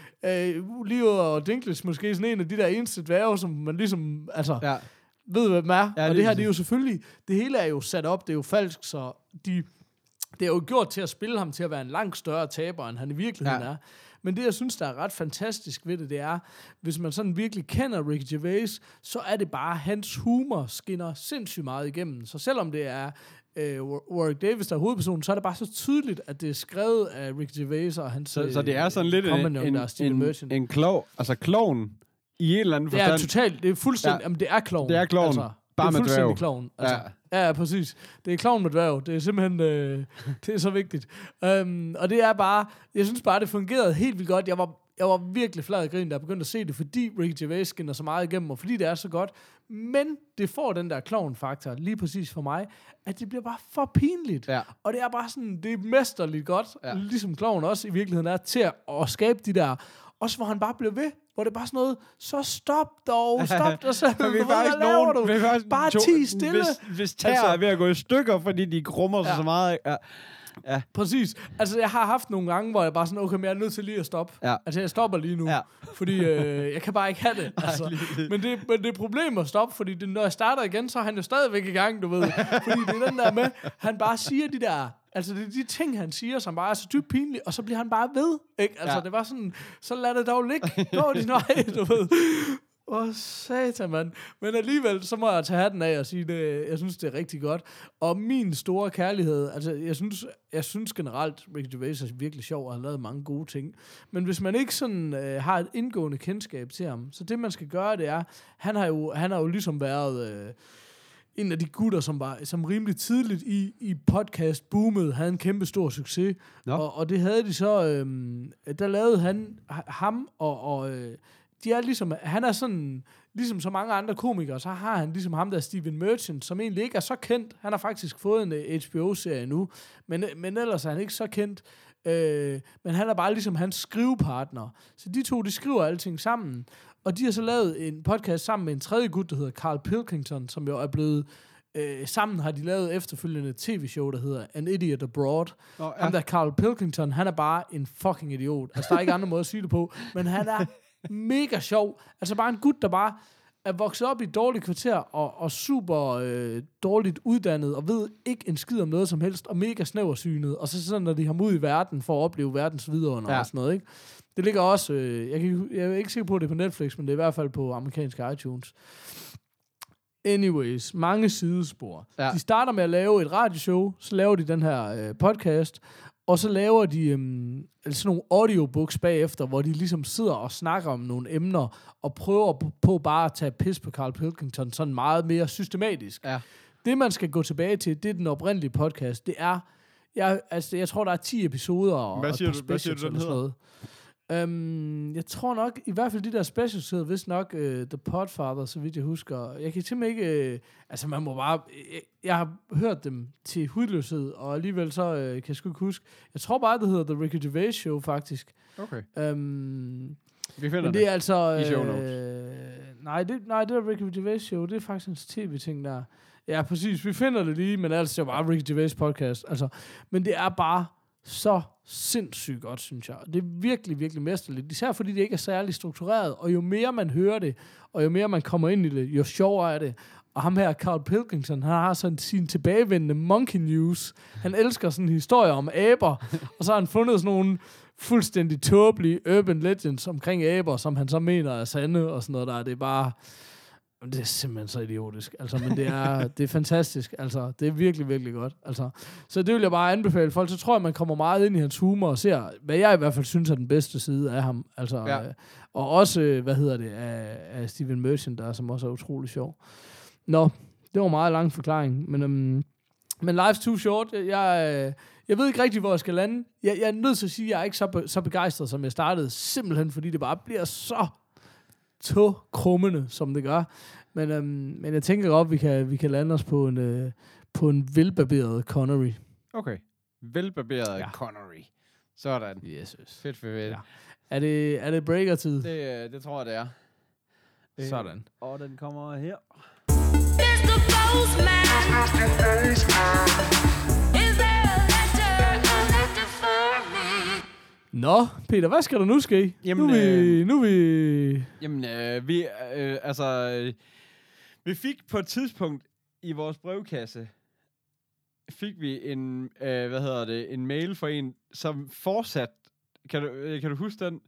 Øh, Leo og Dinklage, måske sådan en af de der eneste dværge, som man ligesom... Altså, ja. ved, hvem er. Ja, og det her, det er jo selvfølgelig... Det hele er jo sat op. Det er jo falsk, så de... Det er jo gjort til at spille ham til at være en langt større taber, end han i virkeligheden ja. er. Men det, jeg synes, der er ret fantastisk ved det, det er, hvis man sådan virkelig kender Ricky Gervais, så er det bare, hans humor skinner sindssygt meget igennem. Så selvom det er øh, Warwick Davis, der er hovedpersonen, så er det bare så tydeligt, at det er skrevet af Ricky Gervais og hans... Så, så det er sådan lidt en, en, en, en klog, altså kloven i en eller anden forstand. Det er totalt, det er fuldstændig, ja. jamen det er kloven. Det er kloven. Altså, bare med dværg. Kloven. Altså, ja. ja, præcis. Det er kloven med dværg. Det er simpelthen, øh, det er så vigtigt. Um, og det er bare, jeg synes bare, det fungerede helt vildt godt. Jeg var, jeg var virkelig flad af grin, da jeg begyndte at se det, fordi Ricky Gervais skinner så meget igennem, og fordi det er så godt. Men det får den der kloven-faktor, lige præcis for mig, at det bliver bare for pinligt. Ja. Og det er bare sådan, det er mesterligt godt, ja. ligesom kloven også i virkeligheden er, til at, at skabe de der, også hvor han bare bliver ved, hvor det er bare sådan noget, så stop dog, stop dig selv, hvad laver du? Bare ti stille. Hvis, hvis tæer altså, er ved at gå i stykker, fordi de krummer sig ja. så meget. Ja. Ja. Præcis. Altså, jeg har haft nogle gange, hvor jeg bare sådan, okay, men jeg er nødt til lige at stoppe. Ja. Altså, jeg stopper lige nu, ja. fordi øh, jeg kan bare ikke have det. Altså. men, det men det er problem at stoppe, fordi det, når jeg starter igen, så er han jo stadigvæk i gang, du ved. Fordi det er den der med, han bare siger de der... Altså, det er de ting, han siger, som bare er så dybt pinlige, og så bliver han bare ved, ikke? Altså, ja. det var sådan, så lad det dog ligge. Gå din vej, du ved. Åh, satan, mand. Men alligevel, så må jeg tage hatten af og sige, det, jeg synes, det er rigtig godt. Og min store kærlighed, altså, jeg synes, jeg synes generelt, Ricky Gervais er virkelig sjov og har lavet mange gode ting. Men hvis man ikke sådan øh, har et indgående kendskab til ham, så det, man skal gøre, det er, han har jo, han har jo ligesom været... Øh, en af de gutter, som var som rimelig tidligt i, i podcast-boomet, havde en kæmpe stor succes. Og, og det havde de så... Øhm, der lavede han ham, og, og øh, de er ligesom... Han er sådan... Ligesom så mange andre komikere, så har han ligesom ham der Stephen Merchant, som egentlig ikke er så kendt. Han har faktisk fået en uh, H B O-serie nu, men, men ellers er han ikke så kendt. Øh, men han er bare ligesom hans skrivepartner. Så de to, de skriver alting sammen. Og de har så lavet en podcast sammen med en tredje gut, der hedder Carl Pilkington, som jo er blevet... Øh, sammen har de lavet efterfølgende tv-show, der hedder An Idiot Abroad. Oh, ja. Ham der Carl Pilkington, han er bare en fucking idiot. Altså, der er ikke andre måder at sige det på. Men han er mega sjov. Altså, bare en gut, der bare er vokset op i et dårligt kvarter, og, og super øh, dårligt uddannet, og ved ikke en skid om noget som helst, og mega snæversynet. Og så sådan, når de har ud i verden, for at opleve verdens vidunder ja. og sådan noget, ikke? Det ligger også... Øh, jeg, kan, jeg er ikke sikker på, at det er på Netflix, men det er i hvert fald på amerikanske iTunes. Anyways, mange sidespor. Ja. De starter med at lave et radioshow, så laver de den her øh, podcast, og så laver de øhm, sådan nogle audiobooks bagefter, hvor de ligesom sidder og snakker om nogle emner, og prøver på, på bare at tage pis på Carl Pilkington sådan meget mere systematisk. Ja. Det, man skal gå tilbage til, det er den oprindelige podcast. Det er, jeg, altså, jeg tror, der er ti episoder. Og hvad siger du, hvad siger du den hedder? Um, jeg tror nok, i hvert fald de der specials hedder vist nok uh, The Podfather, så vidt jeg husker. Jeg kan simpelthen ikke... Uh, altså, man må bare... Jeg, jeg har hørt dem til hudløshed, og alligevel så uh, kan jeg sgu ikke huske. Jeg tror bare, det hedder The Ricky Gervais Show, faktisk. Okay. Um, Vi finder men det er altså... i show notes. Uh, nej, det, nej, det er Ricky Gervais Show. Det er faktisk en tv-ting der. Ja, præcis. Vi finder det lige, men altså, det er bare Ricky Gervais podcast. Altså, men det er bare... så sindssygt godt, synes jeg. Det er virkelig, virkelig mesterligt. Især fordi det ikke er særlig struktureret. Og jo mere man hører det, og jo mere man kommer ind i det, jo sjovere er det. Og ham her, Carl Pilkington, han har sådan sin tilbagevendende monkey news. Han elsker sådan en historie om aber. Og så har han fundet sådan nogle fuldstændig tåbelige urban legends omkring aber, som han så mener er sande og sådan noget der. Det er bare... Det er simpelthen så idiotisk. Altså, men det er, det er fantastisk. Altså, det er virkelig, virkelig godt. Altså, så det vil jeg bare anbefale folk. Så tror jeg, man kommer meget ind i hans humor og ser, hvad jeg i hvert fald synes er den bedste side af ham. Altså, ja. øh, og også, øh, hvad hedder det, af, af Stephen Merchant, der som også er utrolig sjov. Nå, det var en meget lang forklaring. Men, øhm, men life's too short. Jeg, øh, jeg ved ikke rigtig, hvor jeg skal lande. Jeg, jeg er nødt til at sige, at jeg er ikke så, be, så begejstret, som jeg startede. Simpelthen, fordi det bare bliver så... tåkrummende, som det gør. Men, øhm, men jeg tænker godt, vi kan, vi kan lande os på en, øh, på en velbarberet Connery. Okay. Velbarberet ja. Connery. Sådan. Jesus. Fedt, fedt, fedt. Ja. Er det, er det breaker-tid? Det, det tror jeg, det er. Sådan. Og den kommer her. mister Postman, is there a letter, a letter for me? Nå, Peter, hvad skal der nu ske? Jamen, nu er vi... Øh, nu er vi... Jamen, øh, vi... Øh, altså... Øh, vi fik på et tidspunkt i vores brevkasse, fik vi en... Øh, hvad hedder det? En mail fra en, som fortsat... Kan du, øh, kan du huske den?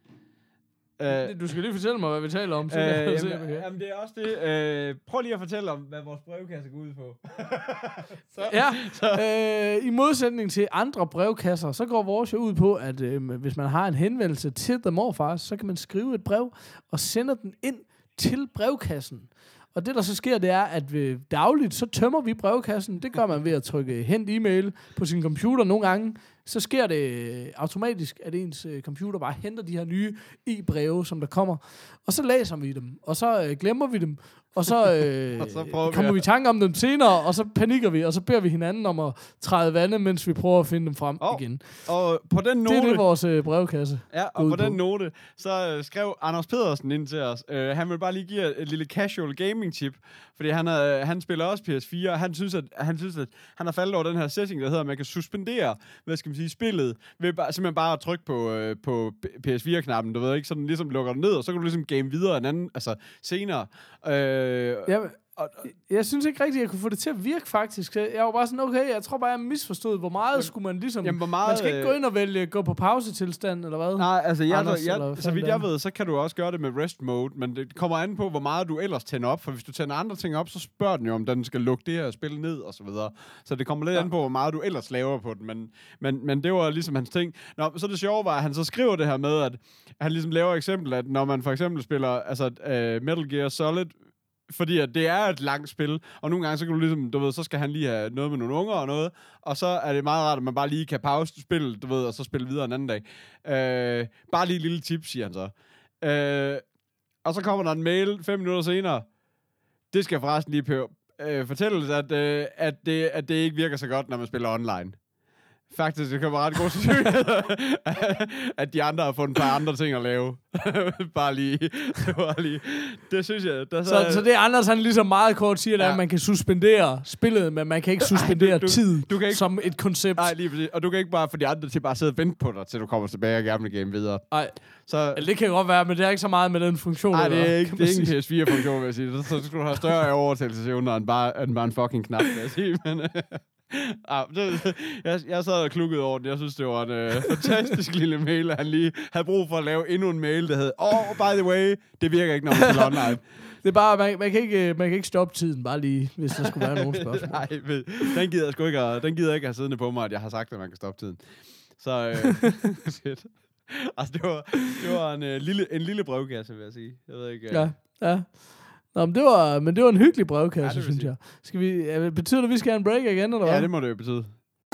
Uh, du skal lige fortælle mig, hvad vi taler om. Så uh, jeg jamen, se, okay. jamen, det er også det. Uh, prøv lige at fortælle om, hvad vores brevkasse går ud på. så, ja, så. Uh, i modsætning til andre brevkasser, så går vores jo ud på, at uh, hvis man har en henvendelse til The Morfars, så kan man skrive et brev og sende den ind til brevkassen. Og det, der så sker, det er, at vi dagligt, så tømmer vi brevkassen. Det gør man ved at trykke hent e-mail på sin computer nogle gange. Så sker det automatisk, at ens øh, computer bare henter de her nye e-breve, som der kommer. Og så læser vi dem, og så øh, glemmer vi dem, og så, øh, og så kommer vi i tanke om dem senere, og så panikker vi, og så beder vi hinanden om at træde vande, mens vi prøver at finde dem frem oh, igen. Og på den note... Det er det, vores øh, brevkasse. Ja, og på den på. note, så øh, skrev Anders Pedersen ind til os. Øh, han vil bare lige give et, et lille casual gaming tip, fordi han, er, han spiller også P S fire, og han synes, at han, synes, at han har faldet over den her setting, der hedder, at man kan suspendere, hvad skal man sige, spillet, ved bare, simpelthen bare at trykke på, øh, på P S fire-knappen, du ved ikke, så den ligesom lukker den ned, og så kan du ligesom game videre en anden, altså senere. Øh, ja, og, og, jeg synes ikke rigtigt, at jeg kunne få det til at virke, faktisk. Jeg var bare sådan, okay, jeg tror bare, jeg misforstod, hvor meget skulle man ligesom... Jamen, hvor meget, man skal ikke gå ind og vælge, gå på pausetilstand, eller hvad? Nej, altså, jeg, Anders, jeg, eller så vidt jeg ved, så kan du også gøre det med rest mode, men det kommer an på, hvor meget du ellers tænder op, for hvis du tænder andre ting op, så spørger den jo, om den skal lukke det her spil ned, og så videre. Så det kommer lidt ja. an på, hvor meget du ellers laver på den, men, men, men det var ligesom hans ting. Nå, så det sjove var, at han så skriver det her med, at han ligesom laver et eksempel, at når man for eksempel spiller altså, uh, Metal Gear Solid, fordi at det er et langt spil, og nogle gange så kan du ligesom, du ved, så skal han lige have noget med nogle unger og noget, og så er det meget rart, at man bare lige kan pause spillet, du ved, og så spille videre en anden dag. Øh, bare lige et lille tip, siger han så. Øh, og så kommer der en mail fem minutter senere. Det skal forresten lige på, øh, fortælles, at, øh, at, det, at det ikke virker så godt, når man spiller online. Faktisk, det kan være ret god sandsynlighed, at de andre har fundet et par andre ting at lave. Bare lige. Det var lige. Det synes jeg. Der Så, så, så det er Anders, han ligesom meget kort siger, ja. Ja. at man kan suspendere spillet, men man kan ikke suspendere Ej, du- du- tid du kan ikke- som et koncept. Nej, lige præcis. Og du kan ikke bare få de andre til bare at sidde og vente på dig, til du kommer tilbage og gerne vil game videre. Nej, Så, eller det kan godt være, men det er ikke så meget med den funktion. nej, at det er gøre, ikke, kan det man er ikke sige. en P S fire-funktion, vil jeg sige. Så, så skulle du have større overtagelsesevner end bare, end bare en fucking knap, vil jeg sige. Men, øh, ah, det, jeg, jeg sad og klukkede over det. Jeg synes, det var en øh, fantastisk lille mail, at han lige havde brug for at lave endnu en mail, der hed, oh, by the way, det virker ikke, når man spiller online. Det er bare, man, man, kan ikke, man kan ikke stoppe tiden, bare lige, hvis der skulle være nogen spørgsmål. Nej, men den gider jeg sgu ikke, at- den gider jeg ikke have siddende på mig, at jeg har sagt, at man kan stoppe tiden. Så, øh, shit. Altså, det var, det var en, øh, lille, en lille brevkasse, vil jeg sige. Jeg ved ikke... Øh. Ja, ja. Nå, men det var, men det var en hyggelig brevkasse, Ja, ja, det vil synes sige. jeg. Skal vi, ja, betyder det, at vi skal have en break igen, eller hvad? Ja, det må det jo betyde.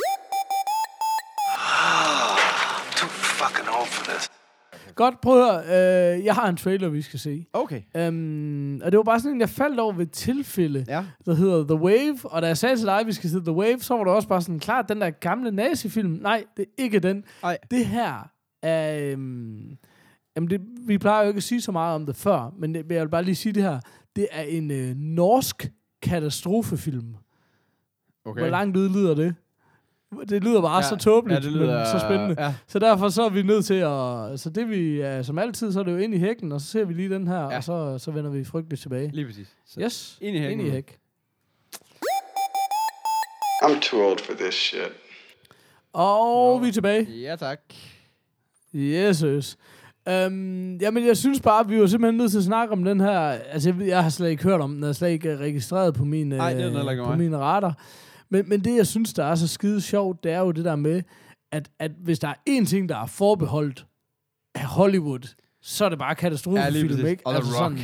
Too fucking old for this. Godt, prøv at høre. Øh, jeg har en trailer, vi skal se. Okay. Um, og det var bare sådan en, jeg faldt over ved et tilfælde, Ja. der hedder The Wave. Og da jeg sagde til dig, at vi skal se The Wave, så var det også bare sådan, klart, den der gamle nazifilm. Nej, det er ikke den. Ej. Det her er... Um, jamen det, vi plejer jo ikke at sige så meget om det før, men det, jeg vil bare lige sige det her. Det er en øh, norsk katastrofefilm. Okay. Hvor langt ud lyder det? Det lyder bare Ja, så tåbeligt, ja, det lyder, men så spændende. Ja. Så derfor så er vi nødt til at... Så det vi... Ja, som altid, så er det jo ind i hækken, og så ser vi lige den her, Ja. og så, så vender vi frygteligt tilbage. Lige præcis. Så Yes. ind i hækken. Ind i hæk. I'm too old for this shit. Og Nå. vi er tilbage. Ja, tak. Jesus. Um, jamen, jeg synes bare, at vi var simpelthen nødt til at snakke om den her... Altså, jeg, jeg har slet ikke hørt om den. Den er slet ikke registreret på min, Ej, det er den heller ikke på mig. mine radar. Men, men det, jeg synes, der er så skide sjovt, det er jo det der med, at, at hvis der er én ting, der er forbeholdt af Hollywood, så er det bare Ja, lige katastrofefilm, præcis. ikke? Og The Rock.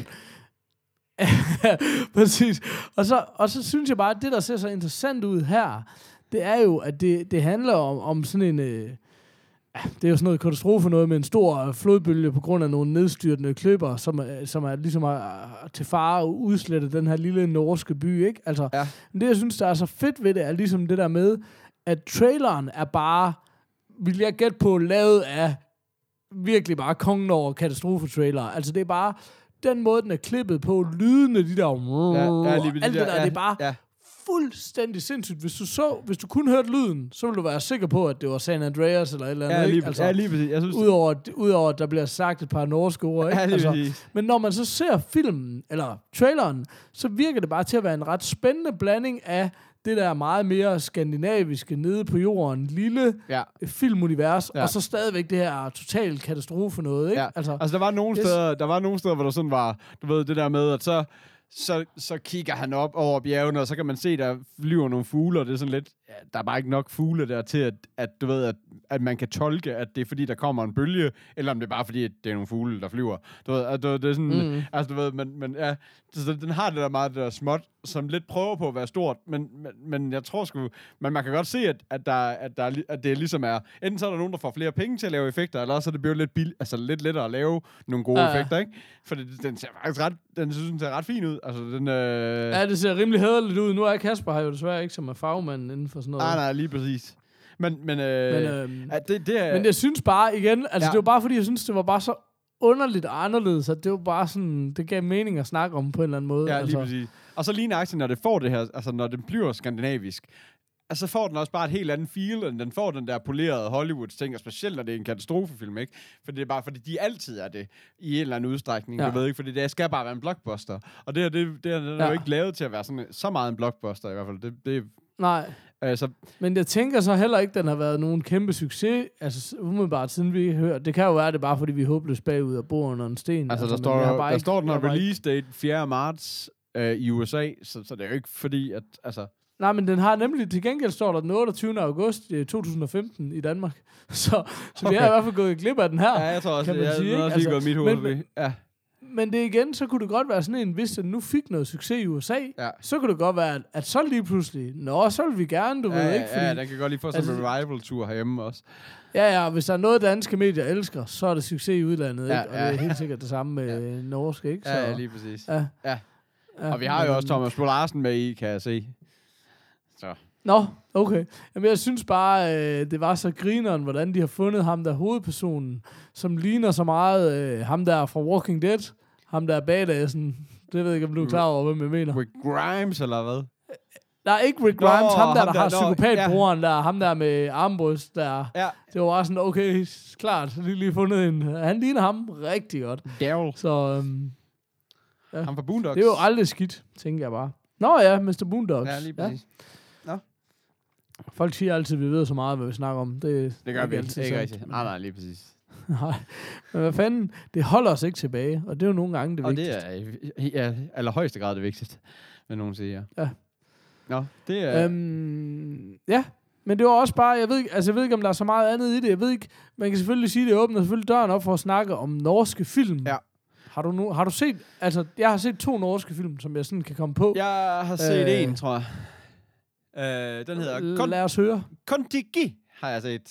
Præcis. Og så, og så synes jeg bare, at det, der ser så interessant ud her, det er jo, at det, det handler om, om sådan en... Øh, ja, det er jo sådan noget katastrofe noget med en stor flodbølge på grund af nogle nedstyrtende klipper, som er, som er ligesom er, er til fare at udslette den her lille norske by, ikke? Altså, Ja. men det, jeg synes, der er så fedt ved det, er ligesom det der med, at traileren er bare, vil jeg gætte på, lavet af virkelig bare kongen over katastrofetrailer. Altså, det er bare den måde, den er klippet på, lydene, de der... Ja, ja, lige ved de alt det der, der, ja, det er bare ja. fuldstændig sindssygt. Hvis du så, hvis du kun hørte lyden, så ville du være sikker på, at det var San Andreas eller et eller andet, Ja, ikke? lige, Altså, ja, lige præcis. Jeg synes, Udover, udover, at der bliver sagt et par norske ord, ikke? ja, lige Altså, præcis. men når man så ser filmen, eller traileren, så virker det bare til at være en ret spændende blanding af det der meget mere skandinaviske, nede på jorden, lille Ja. filmunivers, Ja. og så stadigvæk det her total katastrofe noget, ikke? Ja. Altså, Altså, der var nogle Yes. steder, der var nogle steder, hvor der sådan var, du ved, det der med, at så, så, så kigger han op over bjergene, og så kan man se, der flyver nogle fugle, og det er sådan lidt, ja, der er bare ikke nok fugle der til, at, at du ved, at, at man kan tolke, at det er fordi, der kommer en bølge, eller om det er bare fordi, at det er nogle fugle, der flyver. Du ved, at, det er sådan, Mm. altså du ved, men, men ja, så den har det der meget det der småt, som lidt prøver på at være stort, men, men, men jeg tror sgu, men man kan godt se, at, at, der, at, der, er li- at det ligesom er, enten så er der nogen, der får flere penge til at lave effekter, eller også er det bliver lidt, bil, altså lidt lettere at lave nogle gode Ja, ja, ja. effekter, ikke? For det, den ser faktisk ret, den synes, den ser ret fin ud. Altså, den, øh... ja, det ser rimelig hæderligt ud. Nu er Kasper her jo desværre ikke som er fagmanden inden for sådan noget. Nej, nej, lige præcis. Men, men, øh... Men, øhm, ja, det, det er... Men jeg synes bare igen, altså Ja. ja. det var bare fordi, jeg synes, det var bare så underligt og anderledes, at det var bare sådan, det gav mening at snakke om på en eller anden måde. Ja, altså. lige præcis. Og så lige nøjagtigt, når det får det her, altså når den bliver skandinavisk, altså får den også bare et helt andet feel, end den får den der polerede Hollywood-ting, og specielt når det er en katastrofefilm, ikke? For det er bare, fordi de altid er det, i en eller anden udstrækning, Ja. jeg ved ikke, fordi det skal bare være en blockbuster. Og det her, det, det er, den er Ja. jo ikke lavet til at være sådan, så meget en blockbuster i hvert fald. Det, det Nej, altså, men jeg tænker så heller ikke, den har været nogen kæmpe succes, altså umiddelbart siden vi hører. Det kan jo være, det er bare fordi, vi er håbløst bagud og bor under en sten. altså, der, men står, jeg har bare der ikke- står den jeg her har bare ikke- release date fjerde marts øh, i U S A, så, så det er jo ikke fordi, at, altså... Nej, men den har nemlig, til gengæld står der den otteogtyvende august to tusind og femten i Danmark. Så, så okay. vi har i hvert fald gået glip af den her. Ja, jeg tror også, kan det man er sige, den er ikke? også lige Altså, gået mit hoved men- forbi. Ja. Men det igen, så kunne det godt være sådan en, hvis den nu fik noget succes i U S A, Ja. så kunne det godt være, at, at så lige pludselig, nå, så vil vi gerne, du Ja, ved ikke, fordi, ja, den kan godt lige få sådan en altså- revival-tur herhjemme også. ja, ja, hvis der er noget, danske medier elsker, så er det succes i udlandet, Ja, ikke? Og ja. det er helt sikkert det samme med ja. norske, ikke? Så, Ja, ja, lige præcis. ja. Ja. Ja, Og vi har jo men, også Thomas Bo Larsen med i, kan jeg se. Så. Nå, okay. Jamen, jeg synes bare, øh, det var så grineren, hvordan de har fundet ham der hovedpersonen, som ligner så meget øh, ham der fra Walking Dead, ham der badassen. Det ved jeg ikke, om du er klar over, hvem jeg mener. Rick Grimes, eller hvad? Nej, ikke Rick Grimes, Nå, ham der, ham der, der, har nå, psykopatbroren der, ham der med armbryst der. Ja. Det var bare sådan, okay, klart, lige lige fundet en. Han ligner ham rigtig godt. Daryl. Så øhm, ja. Ham fra Boondocks. Det er jo aldrig skidt, tænker jeg bare. Nå ja, mister Boondocks. Ja, lige præcis. Ja. Nå. Folk siger altid, at vi ved så meget, hvad vi snakker om. Det, Det gør er vi altid ikke sandt. rigtigt. Nej, nej, lige præcis. Nej, men hvad fanden, det holder os ikke tilbage, og det er jo nogle gange det Og vigtigste. det er i ja, allerhøjeste grad det vigtigste, vil nogen sige, ja. Ja. Nå, det er... Øhm, ja, men det var også bare, jeg ved, ikke, altså jeg ved ikke, om der er så meget andet i det. Jeg ved ikke, man kan selvfølgelig sige, det åbner selvfølgelig døren op for at snakke om norske film. Ja. Har du, nu, har du set, altså jeg har set to norske film, som jeg sådan kan komme på. Jeg har set Øh. en, tror jeg. Øh, den hedder Kon- Lad os høre. Kontiki, har jeg set.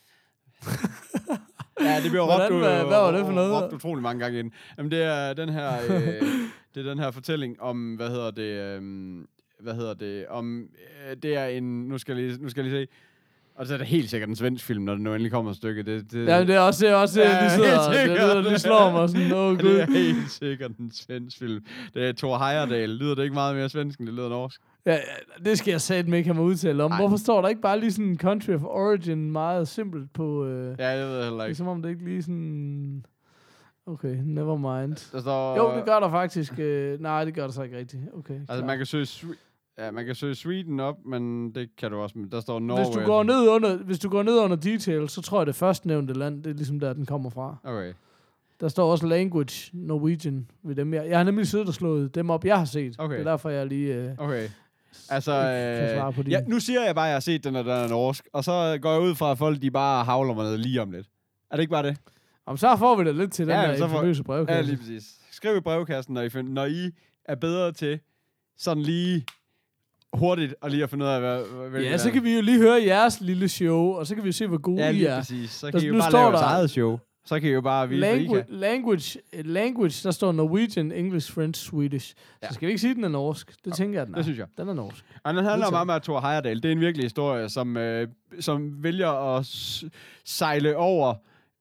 Ja, det bliver Hvordan, råbt, hvad- hvad var det for noget? råbt utrolig mange gange ind. Jamen, det er den her, øh, det er den her fortælling om, hvad hedder det, øh, hvad hedder det, om, øh, det er en, nu skal jeg lige, nu skal jeg lige se, og så er det helt sikkert en svensk film, når det nu endelig kommer et stykke. Det, det, Ja, det er også det, er også det, Ja, de sidder, helt det, sikkert. det, det, det slår mig sådan, åh oh, det er gud. helt sikkert en svensk film. Det er Thor Heyerdahl. Lyder det ikke meget mere svensk, end det lyder norsk? Ja, ja, det skal jeg satme ikke have mig udtale om. Ej. Hvorfor står der ikke bare lige sådan en country of origin meget simpelt på... Øh, Ja, jeg ved det heller det er ikke. som om det ikke lige sådan... Okay, never mind. Der står, Jo, det gør der faktisk. Øh, nej, det gør der så ikke rigtigt. Okay, Altså, klar. man kan søge... Swe- Ja, man kan søge Sweden op, men det kan du også... Der står Norge. Hvis du går ned under, hvis du går ned under details, så tror jeg, det førstnævnte land, det er ligesom der, den kommer fra. Okay. Der står også language Norwegian ved dem. Jeg, jeg har nemlig siddet og slået dem op, jeg har set. Okay. Det er derfor, jeg lige øh, Okay. Altså, ikke kan svare på øh, dine. ja, nu siger jeg bare, at jeg har set den, og den er norsk, og så går jeg ud fra, at folk de bare havler mig ned lige om lidt. Er det ikke bare det? Om så får vi da lidt til den Ja, der så får- famøse brevkasse. Ja, lige præcis. Skriv i brevkassen, når I, find, når I er bedre til sådan lige hurtigt og lige at finde ud af, hvad... hvad Ja, så kan vi jo lige høre jeres lille show, og så kan vi jo se, hvor gode Ja, I lige er. præcis. Så Der- kan I jo nu bare står lave jeres der- eget show. Så kan I jo bare vise, hvad I Language, kan. language, language, der står Norwegian, English, French, Swedish. Ja. Så skal vi ikke sige, at den er norsk. Det tænker jeg, den er. Det synes jeg. Den er norsk. Og den handler Modtaget. om at Thor Heyerdahl. Det er en virkelig historie, som, øh, som vælger at s- sejle over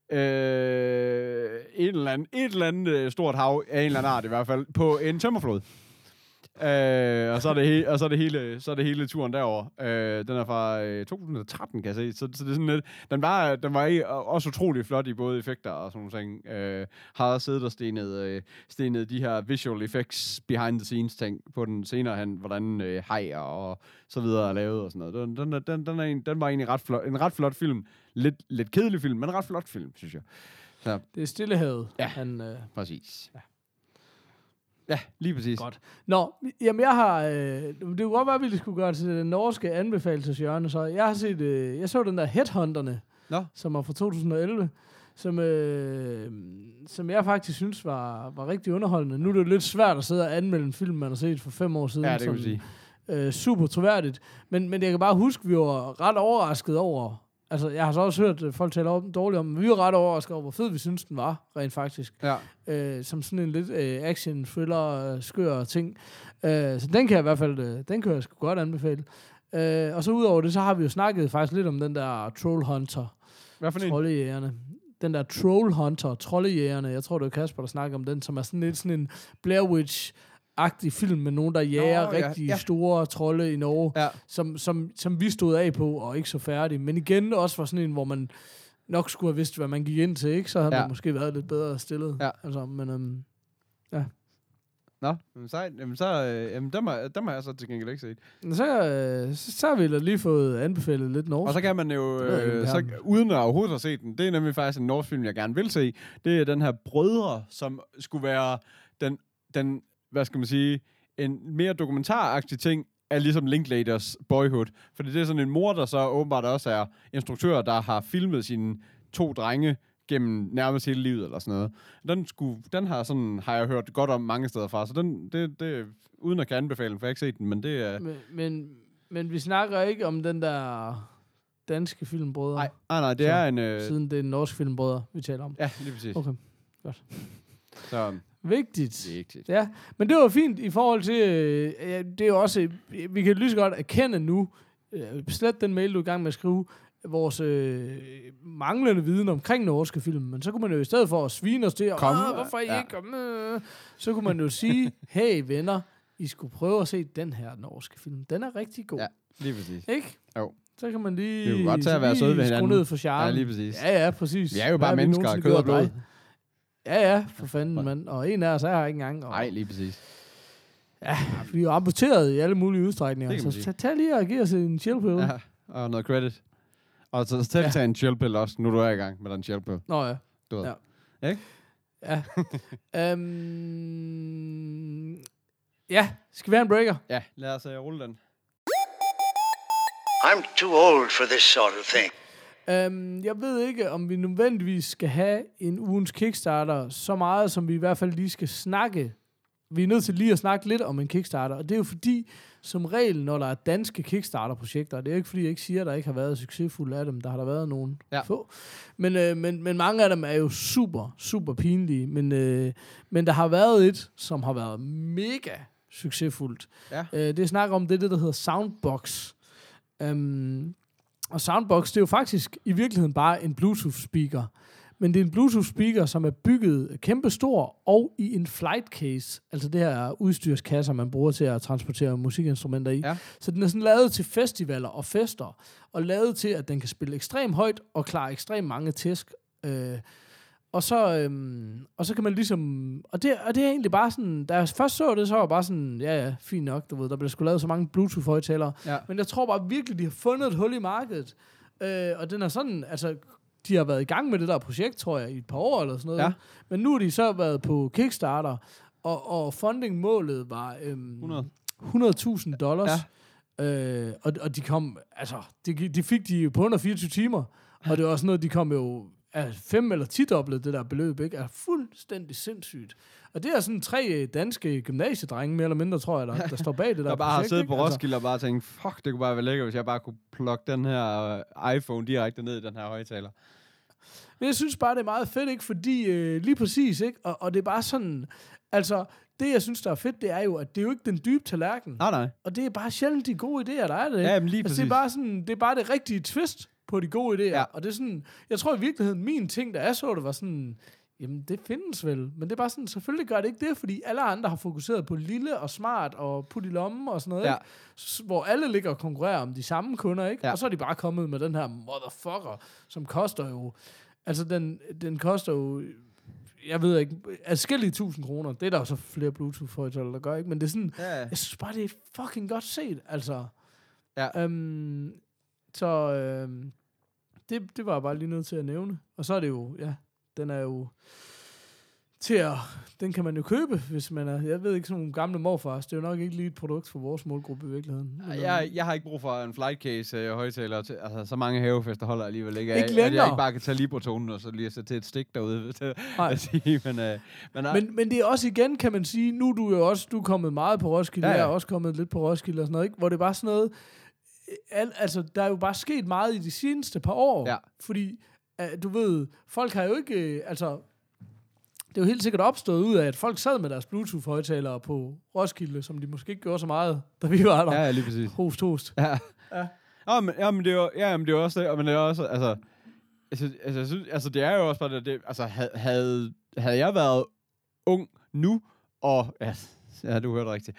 øh, et eller andet, et eller andet øh, stort hav, af en eller anden art i hvert fald, på en tømmerflod. Øh, og, så er det he- og så er det hele, så er det hele turen derover. Øh, den er fra øh, to tusind og tretten, kan jeg se. Så, så det er sådan lidt, den var, den var i- også utrolig flot i både effekter og sådan nogle ting. Øh, har også siddet og stenet, øh, stenet de her visual effects behind the scenes ting på den senere hen, hvordan øh, hajer og så videre er lavet og sådan noget. Den, den, den, den, er en, den var egentlig ret flot, en ret flot film. Lidt, lidt kedelig film, men en ret flot film, synes jeg. Så Det er Stillehavet. Ja. Han, øh, præcis. Ja. Ja, lige præcis. Godt. Nå, jamen jeg har... Øh, det kunne godt være, at vi lige skulle gøre til den norske anbefalelseshjørne, så jeg har set... Øh, jeg så den der Headhunterne, Nå. som er fra to tusind og elleve, som, øh, som jeg faktisk synes var, var rigtig underholdende. Nu er det jo lidt svært at sidde og anmelde en film, man har set for fem år siden. Ja, det kan som, man sige. øh, super troværdigt. Men, men jeg kan bare huske, at vi var ret overrasket over... Altså, jeg har så også hørt øh, folk tale om, dårligt om, men vi var ret overrasket over, hvor fed vi synes, den var, rent faktisk. Ja. Øh, som sådan en lidt øh, action, thriller, øh, skør ting. Øh, så den kan jeg i hvert fald, øh, den kan jeg sgu godt anbefale. Øh, og så udover det, så har vi jo snakket faktisk lidt om den der Troll Hunter, Hvad for en? Troldejægerne. Den der Troll Hunter, Troldejægerne, jeg tror det var Kasper, der snakker om den, som er sådan lidt sådan en Blair Witch-agtig film med nogen, der jager Nå, ja, rigtig ja. store trolde i Norge, Ja. som, som, som vi stod af på og ikke så færdige. Men igen også var sådan en, hvor man nok skulle have vidst, hvad man gik ind til, ikke? Så havde Ja. man måske været lidt bedre stillet. Ja. Altså, men øhm, Nå, men så, jamen så øh, jamen, dem, har, dem har jeg så til gengæld ikke set. så, øh, så, så har vi da lige fået anbefalet lidt norsk. Og så kan man jo, Det ved jeg ikke, øh, det så, har- uden at overhovedet have set den, det er nemlig faktisk en norsk film, jeg gerne vil se. Det er den her Brødre, som skulle være den, den hvad skal man sige, en mere dokumentaragtig ting af ligesom Linklaters Boyhood. Fordi det er sådan en mor, der så åbenbart også er instruktør, der har filmet sine to drenge gennem nærmest hele livet, eller sådan noget. Den, skulle, den har, sådan, har jeg hørt godt om mange steder fra, så den, det, det, uden at kan anbefale den, for jeg har ikke set den, men det er... Men, men, men vi snakker ikke om den der danske filmbrødre, Nej, nej, nej, det Så, er en... Øh, siden det er en norsk filmbrødre, vi taler om. ja, lige præcis. Okay. Så Vigtigt. vigtigt. Ja, men det var fint i forhold til, øh, ja, det er jo også, øh, vi kan lige så godt erkende nu, øh, slet den mail, du er i gang med at skrive, vores øh, manglende viden omkring norske film, men så kunne man jo i stedet for at svine os til, Kom, hvorfor I ja. ikke komme? Så kunne man jo sige, hey venner, I skulle prøve at se den her norske film. Den er rigtig god. Ja, lige præcis. Ikke? Jo. Så kan man lige, Det er jo godt til at være lige søde ved skrue hinanden. ned for charmen. Ja, lige præcis. Ja, ja, præcis. Vi er jo Hvad bare har vi mennesker, nogensinde kød og gjort blod. dig? Ja, ja, for fanden, mand. Og en af os er her ikke engang. Og Nej, lige præcis. ja, vi er jo amputeret i alle mulige udstrækninger. Det kan man Så sige. tag, tag lige og giv os en chill-pill. Ja, og noget credit. Og så selv Ja. tage en chill-pill også, nu du er i gang med den chill-pill. Nå ja. Du ved. Ja. Ikke? Ja. um, ja, skal vi have en breaker? Ja, lad os uh, rulle den. I'm too old for this sort of thing. Um, jeg ved ikke, om vi nødvendigvis skal have en ugens Kickstarter, så meget som vi i hvert fald lige skal snakke. Vi er nødt til lige at snakke lidt om en Kickstarter, og det er jo fordi, som regel, når der er danske Kickstarter-projekter, det er jo ikke fordi, jeg ikke siger, at der ikke har været succesfulde af dem, der har der været nogen Ja. få. Men, øh, men, men mange af dem er jo super, super pinlige, men, øh, men der har været et, som har været mega succesfuldt. Ja. Øh, det snakker om det, det der hedder Soundbox. Um, og Soundbox, det er jo faktisk i virkeligheden bare en Bluetooth-speaker. Men det er en Bluetooth-speaker, som er bygget kæmpestor og i en flight case. Altså det her udstyrskasser, man bruger til at transportere musikinstrumenter i. Ja. Så den er sådan lavet til festivaler og fester. Og lavet til, at den kan spille ekstremt højt og klare ekstremt mange tæsk. Øh, og, så, øhm, og så kan man ligesom... Og det, og det er egentlig bare sådan... Da jeg først så det, så var jeg bare sådan... Ja, ja, fint nok, du ved. Der bliver sgu lavet så mange Bluetooth-højtalere. Ja. Men jeg tror bare virkelig, de har fundet et hul i markedet. Øh, og den er sådan... Altså, de har været i gang med det der projekt, tror jeg, i et par år eller sådan noget. Ja. Men nu har de så været på Kickstarter, og, og funding-målet var øhm, hundrede hundrede tusind dollars. Ja. Øh, og, og de kom, altså, de, de fik de på under fireogtyve timer, og det var også noget, de kom jo af fem eller ti dobbelt det der beløb, ikke? Er fuldstændig sindssygt. Og det er sådan tre danske gymnasiedrenge, mere eller mindre, tror jeg, der, der står bag det der Der bare har projekt, siddet ikke? på Roskilde og bare tænkt, fuck, det kunne bare være lækkert, hvis jeg bare kunne plukke den her uh, iPhone direkte ned i den her højtaler. Men jeg synes bare, det er meget fedt, ikke? Fordi øh, lige præcis, ikke? Og, og det er bare sådan... Altså, det jeg synes, der er fedt, det er jo, at det er jo ikke den dybe tallerken. Nej, nej. Og det er bare sjældent de gode idéer, der er det. Ja, men lige altså, det er præcis. bare sådan, det er bare det rigtige twist på de gode idéer. Ja. Og det er sådan... Jeg tror i virkeligheden, min ting, der jeg så det, var sådan... Jamen, det findes vel. Men det er bare sådan, selvfølgelig gør det ikke det, fordi alle andre har fokuseret på lille og smart og putte i lommen og sådan noget, Ja. ikke? S- hvor alle ligger og konkurrerer om de samme kunder, ikke? Ja. Og så er de bare kommet med den her motherfucker, som koster jo... Altså, den, den koster jo... Jeg ved ikke... Adskillige tusind kroner. Det er der jo så flere Bluetooth-højtaler, der gør, ikke? Men det er sådan... Ja. Jeg synes bare, det er fucking godt set, altså. Ja. Øhm, så... Øhm, det, det var jeg bare lige nødt til at nævne. Og så er det jo... Ja, den er jo... Til at... Den kan man jo købe, hvis man er... Jeg ved ikke, sådan nogle gamle morfars. Det er jo nok ikke lige et produkt for vores målgruppe i virkeligheden. Jeg, jeg har ikke brug for en flight case uh, højtaler. Til, altså, så mange havefester holder jeg alligevel ikke. Ikke At- længere. At jeg ikke bare kan tage Libra-tonen og så lige sætte til et stik derude. Til, Nej. at sige, men, uh, men, uh, Men, men det er også igen, kan man sige, nu er du jo også, du er kommet meget på Roskilde, Ja, ja, ja. jeg er også kommet lidt på Roskilde og sådan noget, ikke? Hvor det er bare sådan noget, al, altså der er jo bare sket meget i de seneste par år, Ja. fordi uh, du ved, folk har jo ikke, uh, altså det er jo helt sikkert opstået ud af, at folk sad med deres Bluetooth-højtalere på Roskilde, som de måske ikke gjorde så meget, da vi var der. ja, lige præcis. Host, host. Ja. Ja. Ja, men, ja, men det er jo, ja, men det er jo også det, og men det er også, altså, altså, altså, jeg synes, altså, det er jo også bare det, det altså, havde, havde, havde jeg været ung nu, og, ja, ja du hørte rigtigt.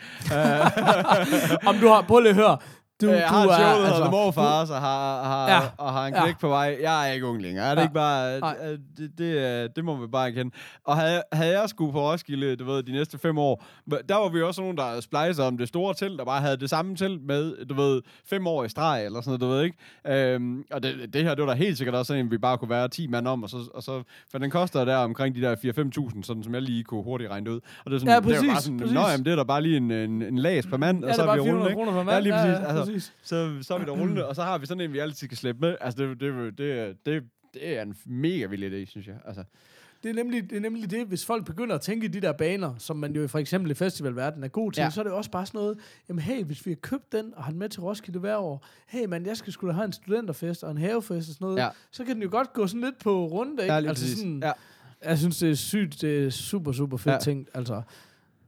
Om du har, prøv lige at høre, du, jeg du har en er, show, der altså, hedder morfar, og har, har, Ja. ja. og har en knæk Ja. ja. på vej. Jeg er ikke ung længere. Er det Ja. ikke bare... Nej. øh, Det, det, øh, det må vi bare erkende. Og havde, havde jeg skulle på Roskilde, du ved, de næste fem år, der var vi også nogen, der splejser om det store telt, der bare havde det samme telt med, du ved, fem år i streg, eller sådan noget, du ved ikke. Øhm, og det, det her, det var da helt sikkert også sådan, vi bare kunne være ti mand om, og så, og så for den koster der omkring de der fire til fem tusind, sådan som jeg lige kunne hurtigt regne det ud. Og det er sådan, Ja, det er jo præcis, bare sådan, præcis. nå, jamen, det er da bare lige en, en, en lags per mand, Ja, og det så er er bare vi rullende, fire hundrede ikke? kroner per mand. Ja, lige præcis. Ja, ja, altså, præcis. så, så er vi der rullende, og så har vi sådan en, vi altid kan slæbe med. Altså, det, det, det, det, det er en mega vild idé, synes jeg. Altså, Det er, nemlig, det er nemlig det, hvis folk begynder at tænke i de der baner, som man jo for eksempel i festivalverdenen er god til, ja. Ja. så er det også bare sådan noget, jamen hey, hvis vi har købt den og har den med til Roskilde hver år, hey man, jeg skal sgu da have en studenterfest og en havefest og sådan noget, Ja. så kan den jo godt gå sådan lidt på runde, ikke? ja, lige altså præcis. sådan, Ja. jeg synes, det er sygt, det er super, super fedt ja. Ja. tænkt, altså.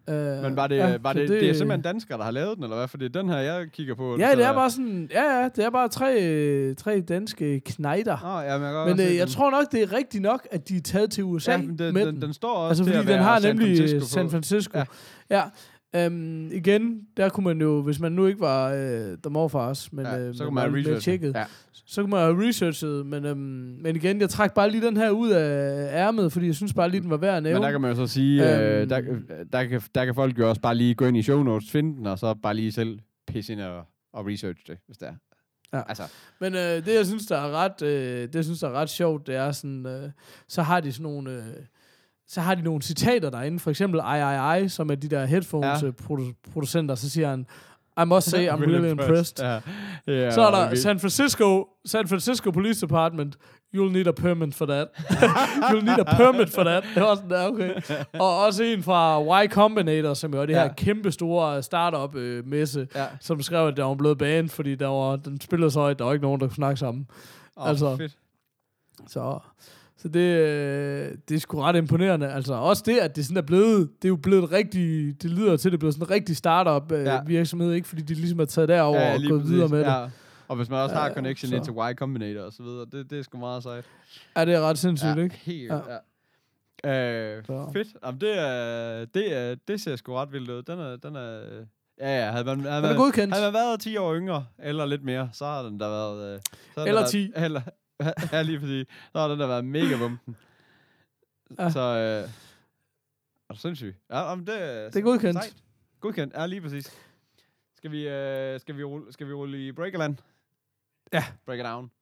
Uh, Men var det, ja, var det, det, det er simpelthen danskere, der har lavet den, eller hvad? Fordi den her, jeg kigger på... Ja, det er bare sådan... Ja, ja, det er bare tre, tre danske knejder. Oh, ja, men jeg, men øh, jeg tror nok, det er rigtigt nok, at de er taget til U S A ja, men det, med den. den. Den står også altså, til fordi at den har San nemlig Francisco San Francisco. Ja. ja. Um, igen, der kunne man jo, hvis man nu ikke var uh, The Morfars, men ja, uh, så kunne man have researchet. Ja. Så kunne man have researchet, men, um, men igen, jeg trak bare lige den her ud af ærmet, fordi jeg synes bare lige, den var værd at nævne. Men der kan man jo så sige, um, øh, der, der, kan, der kan folk jo også bare lige gå ind i show notes, finde den, og så bare lige selv pisse ind og, og research det, hvis det er. Ja. Altså. Men øh, det, jeg synes, der er ret, øh, det, jeg synes, der er ret sjovt, det er sådan, øh, så har de sådan nogle, øh, så har de nogle citater derinde, for eksempel I I I, som er de der headphones-producenter, ja. Så siger han, I must say, I'm really impressed. Yeah. Yeah, så er der okay. San Francisco, San Francisco Police Department, you'll need a permit for that. You'll need a permit for that. Det var sådan der, okay. Og også en fra Y Combinator, som jo er det ja. her kæmpe store startup-messe, øh, ja. som skrev, at der var blevet banet, fordi der var, den spillede så højt, der var ikke nogen, der kunne snakke sammen. Oh, altså, fedt. Så... Så det, øh, det er sgu ret imponerende. Altså også det, at det sådan er blevet, det er jo blevet rigtig, det lyder til, at det er blevet sådan en rigtig startup øh, ja. virksomhed, ikke? Fordi de ligesom er taget derover ja, og gået præcis. videre med ja. det. Og hvis man også ja, har connection så. ind til Y Combinator og så videre, det, det er sgu meget sejt. Ja, det er ret sindssygt, ja, ikke? Helt, ja. ja. Øh, fedt. Jamen, det, er, det, er, det ser sgu ret vildt ud. Den er, den er, ja, ja, havde man, havde man, godkendt. Havde man været ti år yngre, eller lidt mere, så har den der været... Så eller der ti. Været, eller, ja, lige fordi, så har den der været mega bumpen. Ja. Så, øh, er du sindssygt? Ja, om det, det er godkendt. Sejt. Godkendt, ja, lige præcis. Skal vi, øh, skal vi, rulle, skal vi rulle i Breakerland? Ja. Break it down.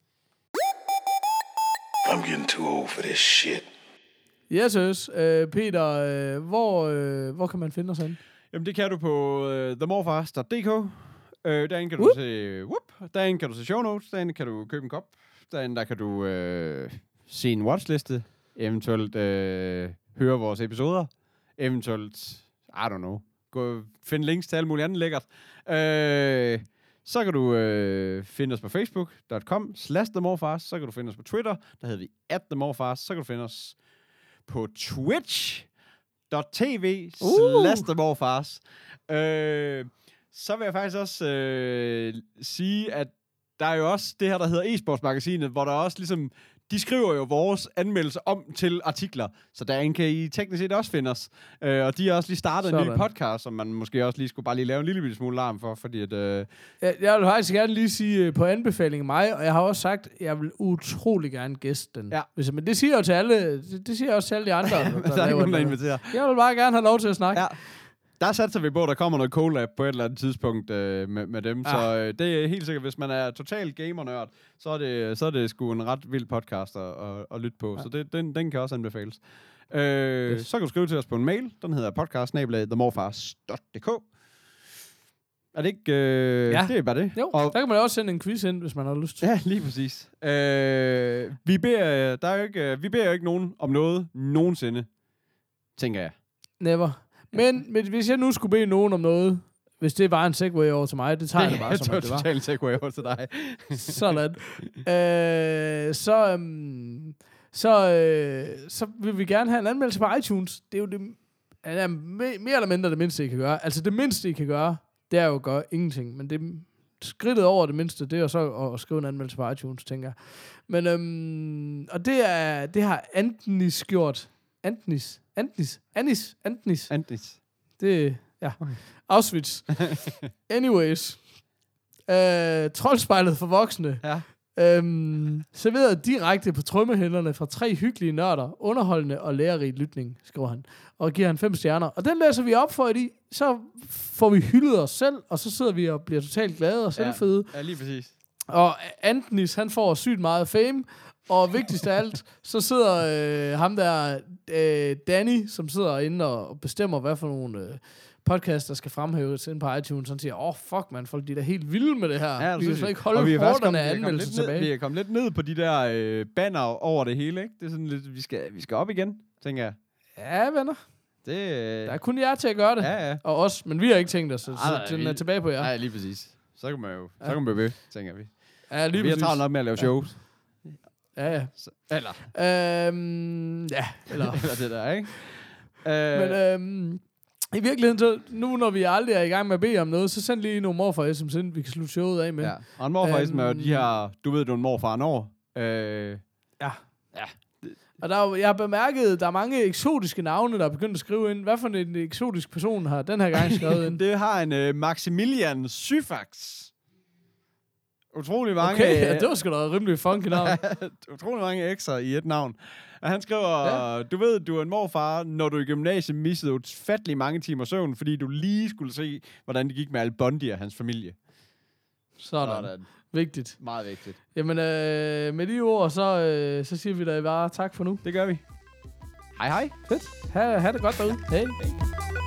I'm getting too old for this shit. Yes, yes. Uh, Peter, uh, hvor, uh, hvor kan man finde os hen? Jamen, det kan du på uh, the morfars punktum d k. Uh, derinde kan du uh. se, whoop, derinde kan du se show notes, derinde kan du købe en kop. Derinde, der kan du øh, se en watchliste, eventuelt øh, høre vores episoder, eventuelt, I don't know, gå, finde links til alt muligt andet lækkert. Øh, så kan du øh, finde os på facebook punktum com slash themorfars, så kan du finde os på Twitter, der hedder vi at themorfars, så kan du finde os på twitch punktum t v slash themorfars. Øh, så vil jeg faktisk også øh, sige, at der er jo også det her, der hedder e-sportsmagasinet, hvor der også ligesom, de skriver jo vores anmeldelser om til artikler, så derinde kan I teknisk set også finde os. Øh, og de har også lige startet Sådan. en ny podcast, som man måske også lige skulle bare lige lave en lille smule larm for, fordi at... Øh jeg, jeg vil faktisk gerne lige sige på anbefaling af mig, og jeg har også sagt, at jeg vil utrolig gerne gæste den. Ja. Hvis, men det siger jeg jo til alle, det, det siger jeg også til alle de andre, der, der, der laver den. Jeg vil bare gerne have lov til at snakke. Ja. Der satser vi på, at der kommer noget collab på et eller andet tidspunkt øh, med, med dem. Ja. Så øh, det er helt sikkert, hvis man er total gamer-nørd, så er det, så er det sgu en ret vild podcast at, at, at lytte på. Ja. Så det, den, den kan også anbefales. Øh, yes. Så kan du skrive til os på en mail. Den hedder podcast snabel-a themorfars punktum d k. Er det ikke... Øh, ja. Det er bare det. Jo, og der kan man også sende en quiz ind, hvis man har lyst. Ja, lige præcis. Øh, vi, beder, der er jo ikke, vi beder jo ikke nogen om noget nogensinde, tænker jeg. Never. Men, men hvis jeg nu skulle bede nogen om noget, hvis det var en segway over til mig, det tager det, jeg bare som, det var. Det er segway over til dig. Sådan. Øh, så, um, så, øh, så vil vi gerne have en anmeldelse på iTunes. Det er jo det, er mere eller mindre det mindste, I kan gøre. Altså det mindste, I kan gøre, det er jo at gøre ingenting. Men det skridtet over det mindste, det er jo så at, at skrive en anmeldelse på iTunes, tænker jeg. Men, um, og det, er, det har Antonis gjort. Antonis. Antonis. Anis. Antonis. Antonis. Det, ja. Okay. Auschwitz. Anyways. Øh, Troldspejlet for voksne. Ja. Øhm, serveret direkte på trømmehænderne fra tre hyggelige nørder, underholdende og lærerig lytning, skriver han. Og giver han fem stjerner. Og den læser vi op for, i så får vi hyldet os selv, og så sidder vi og bliver totalt glade og selvfede. Ja, ja, lige præcis. Og Antonis, han får sygt meget fame. Og vigtigst af alt, så sidder øh, ham der, øh, Danny, som sidder inde og bestemmer, hvad for nogle øh, podcasts, der skal fremhæves ind på iTunes. Han siger, åh, oh, fuck, man, folk de er da helt vilde med det her. Ja, vi kan slet ikke holde horderne af anmeldelser tilbage. Vi er kommet lidt ned på de der øh, banner over det hele, ikke? Det er sådan lidt, vi skal, vi skal op igen, tænker jeg. Ja, venner. Det, øh... Der er kun jer til at gøre det. Ja, ja. Og os, men vi har ikke tænkt os, så, Ej, så den er tilbage på jer. Nej, lige præcis. Så kan man jo, ja. så kan man jo ved, tænker vi. Ja, lige vi præcis. har travlt nok med at lave shows. Ja, ja. Så, eller. Øhm, ja, eller. eller det der, ikke? Øh, Men øhm, I virkeligheden, så nu når vi aldrig er i gang med at bede om noget, så send lige nogle morfar sms'en, vi kan slutte showet af med. Ja. Og en morfar Øhm, er jo de her, du ved, du er en morfar når. Øh, Ja. Ja. Og der er, jo- jeg har bemærket, der er mange eksotiske navne, der er begyndt at skrive ind. Hvad for en eksotisk person har den her gang skrevet ind? det har en øh, Maximilian Syfax. Utrolig mange... Okay, ja, det var sgu da et rimelig funky navn. utrolig mange X'er i et navn. Og han skriver, ja. Du ved, du er en morfar, når du i gymnasiet missede utfattelig mange timer søvn, fordi du lige skulle se, hvordan det gik med Al Bundy og hans familie. Sådan. Sådan. Vigtigt. Meget vigtigt. Jamen, øh, med de ord, så, øh, så siger vi da bare tak for nu. Det gør vi. Hej hej. Fedt. Ha, ha det godt derude. Hej.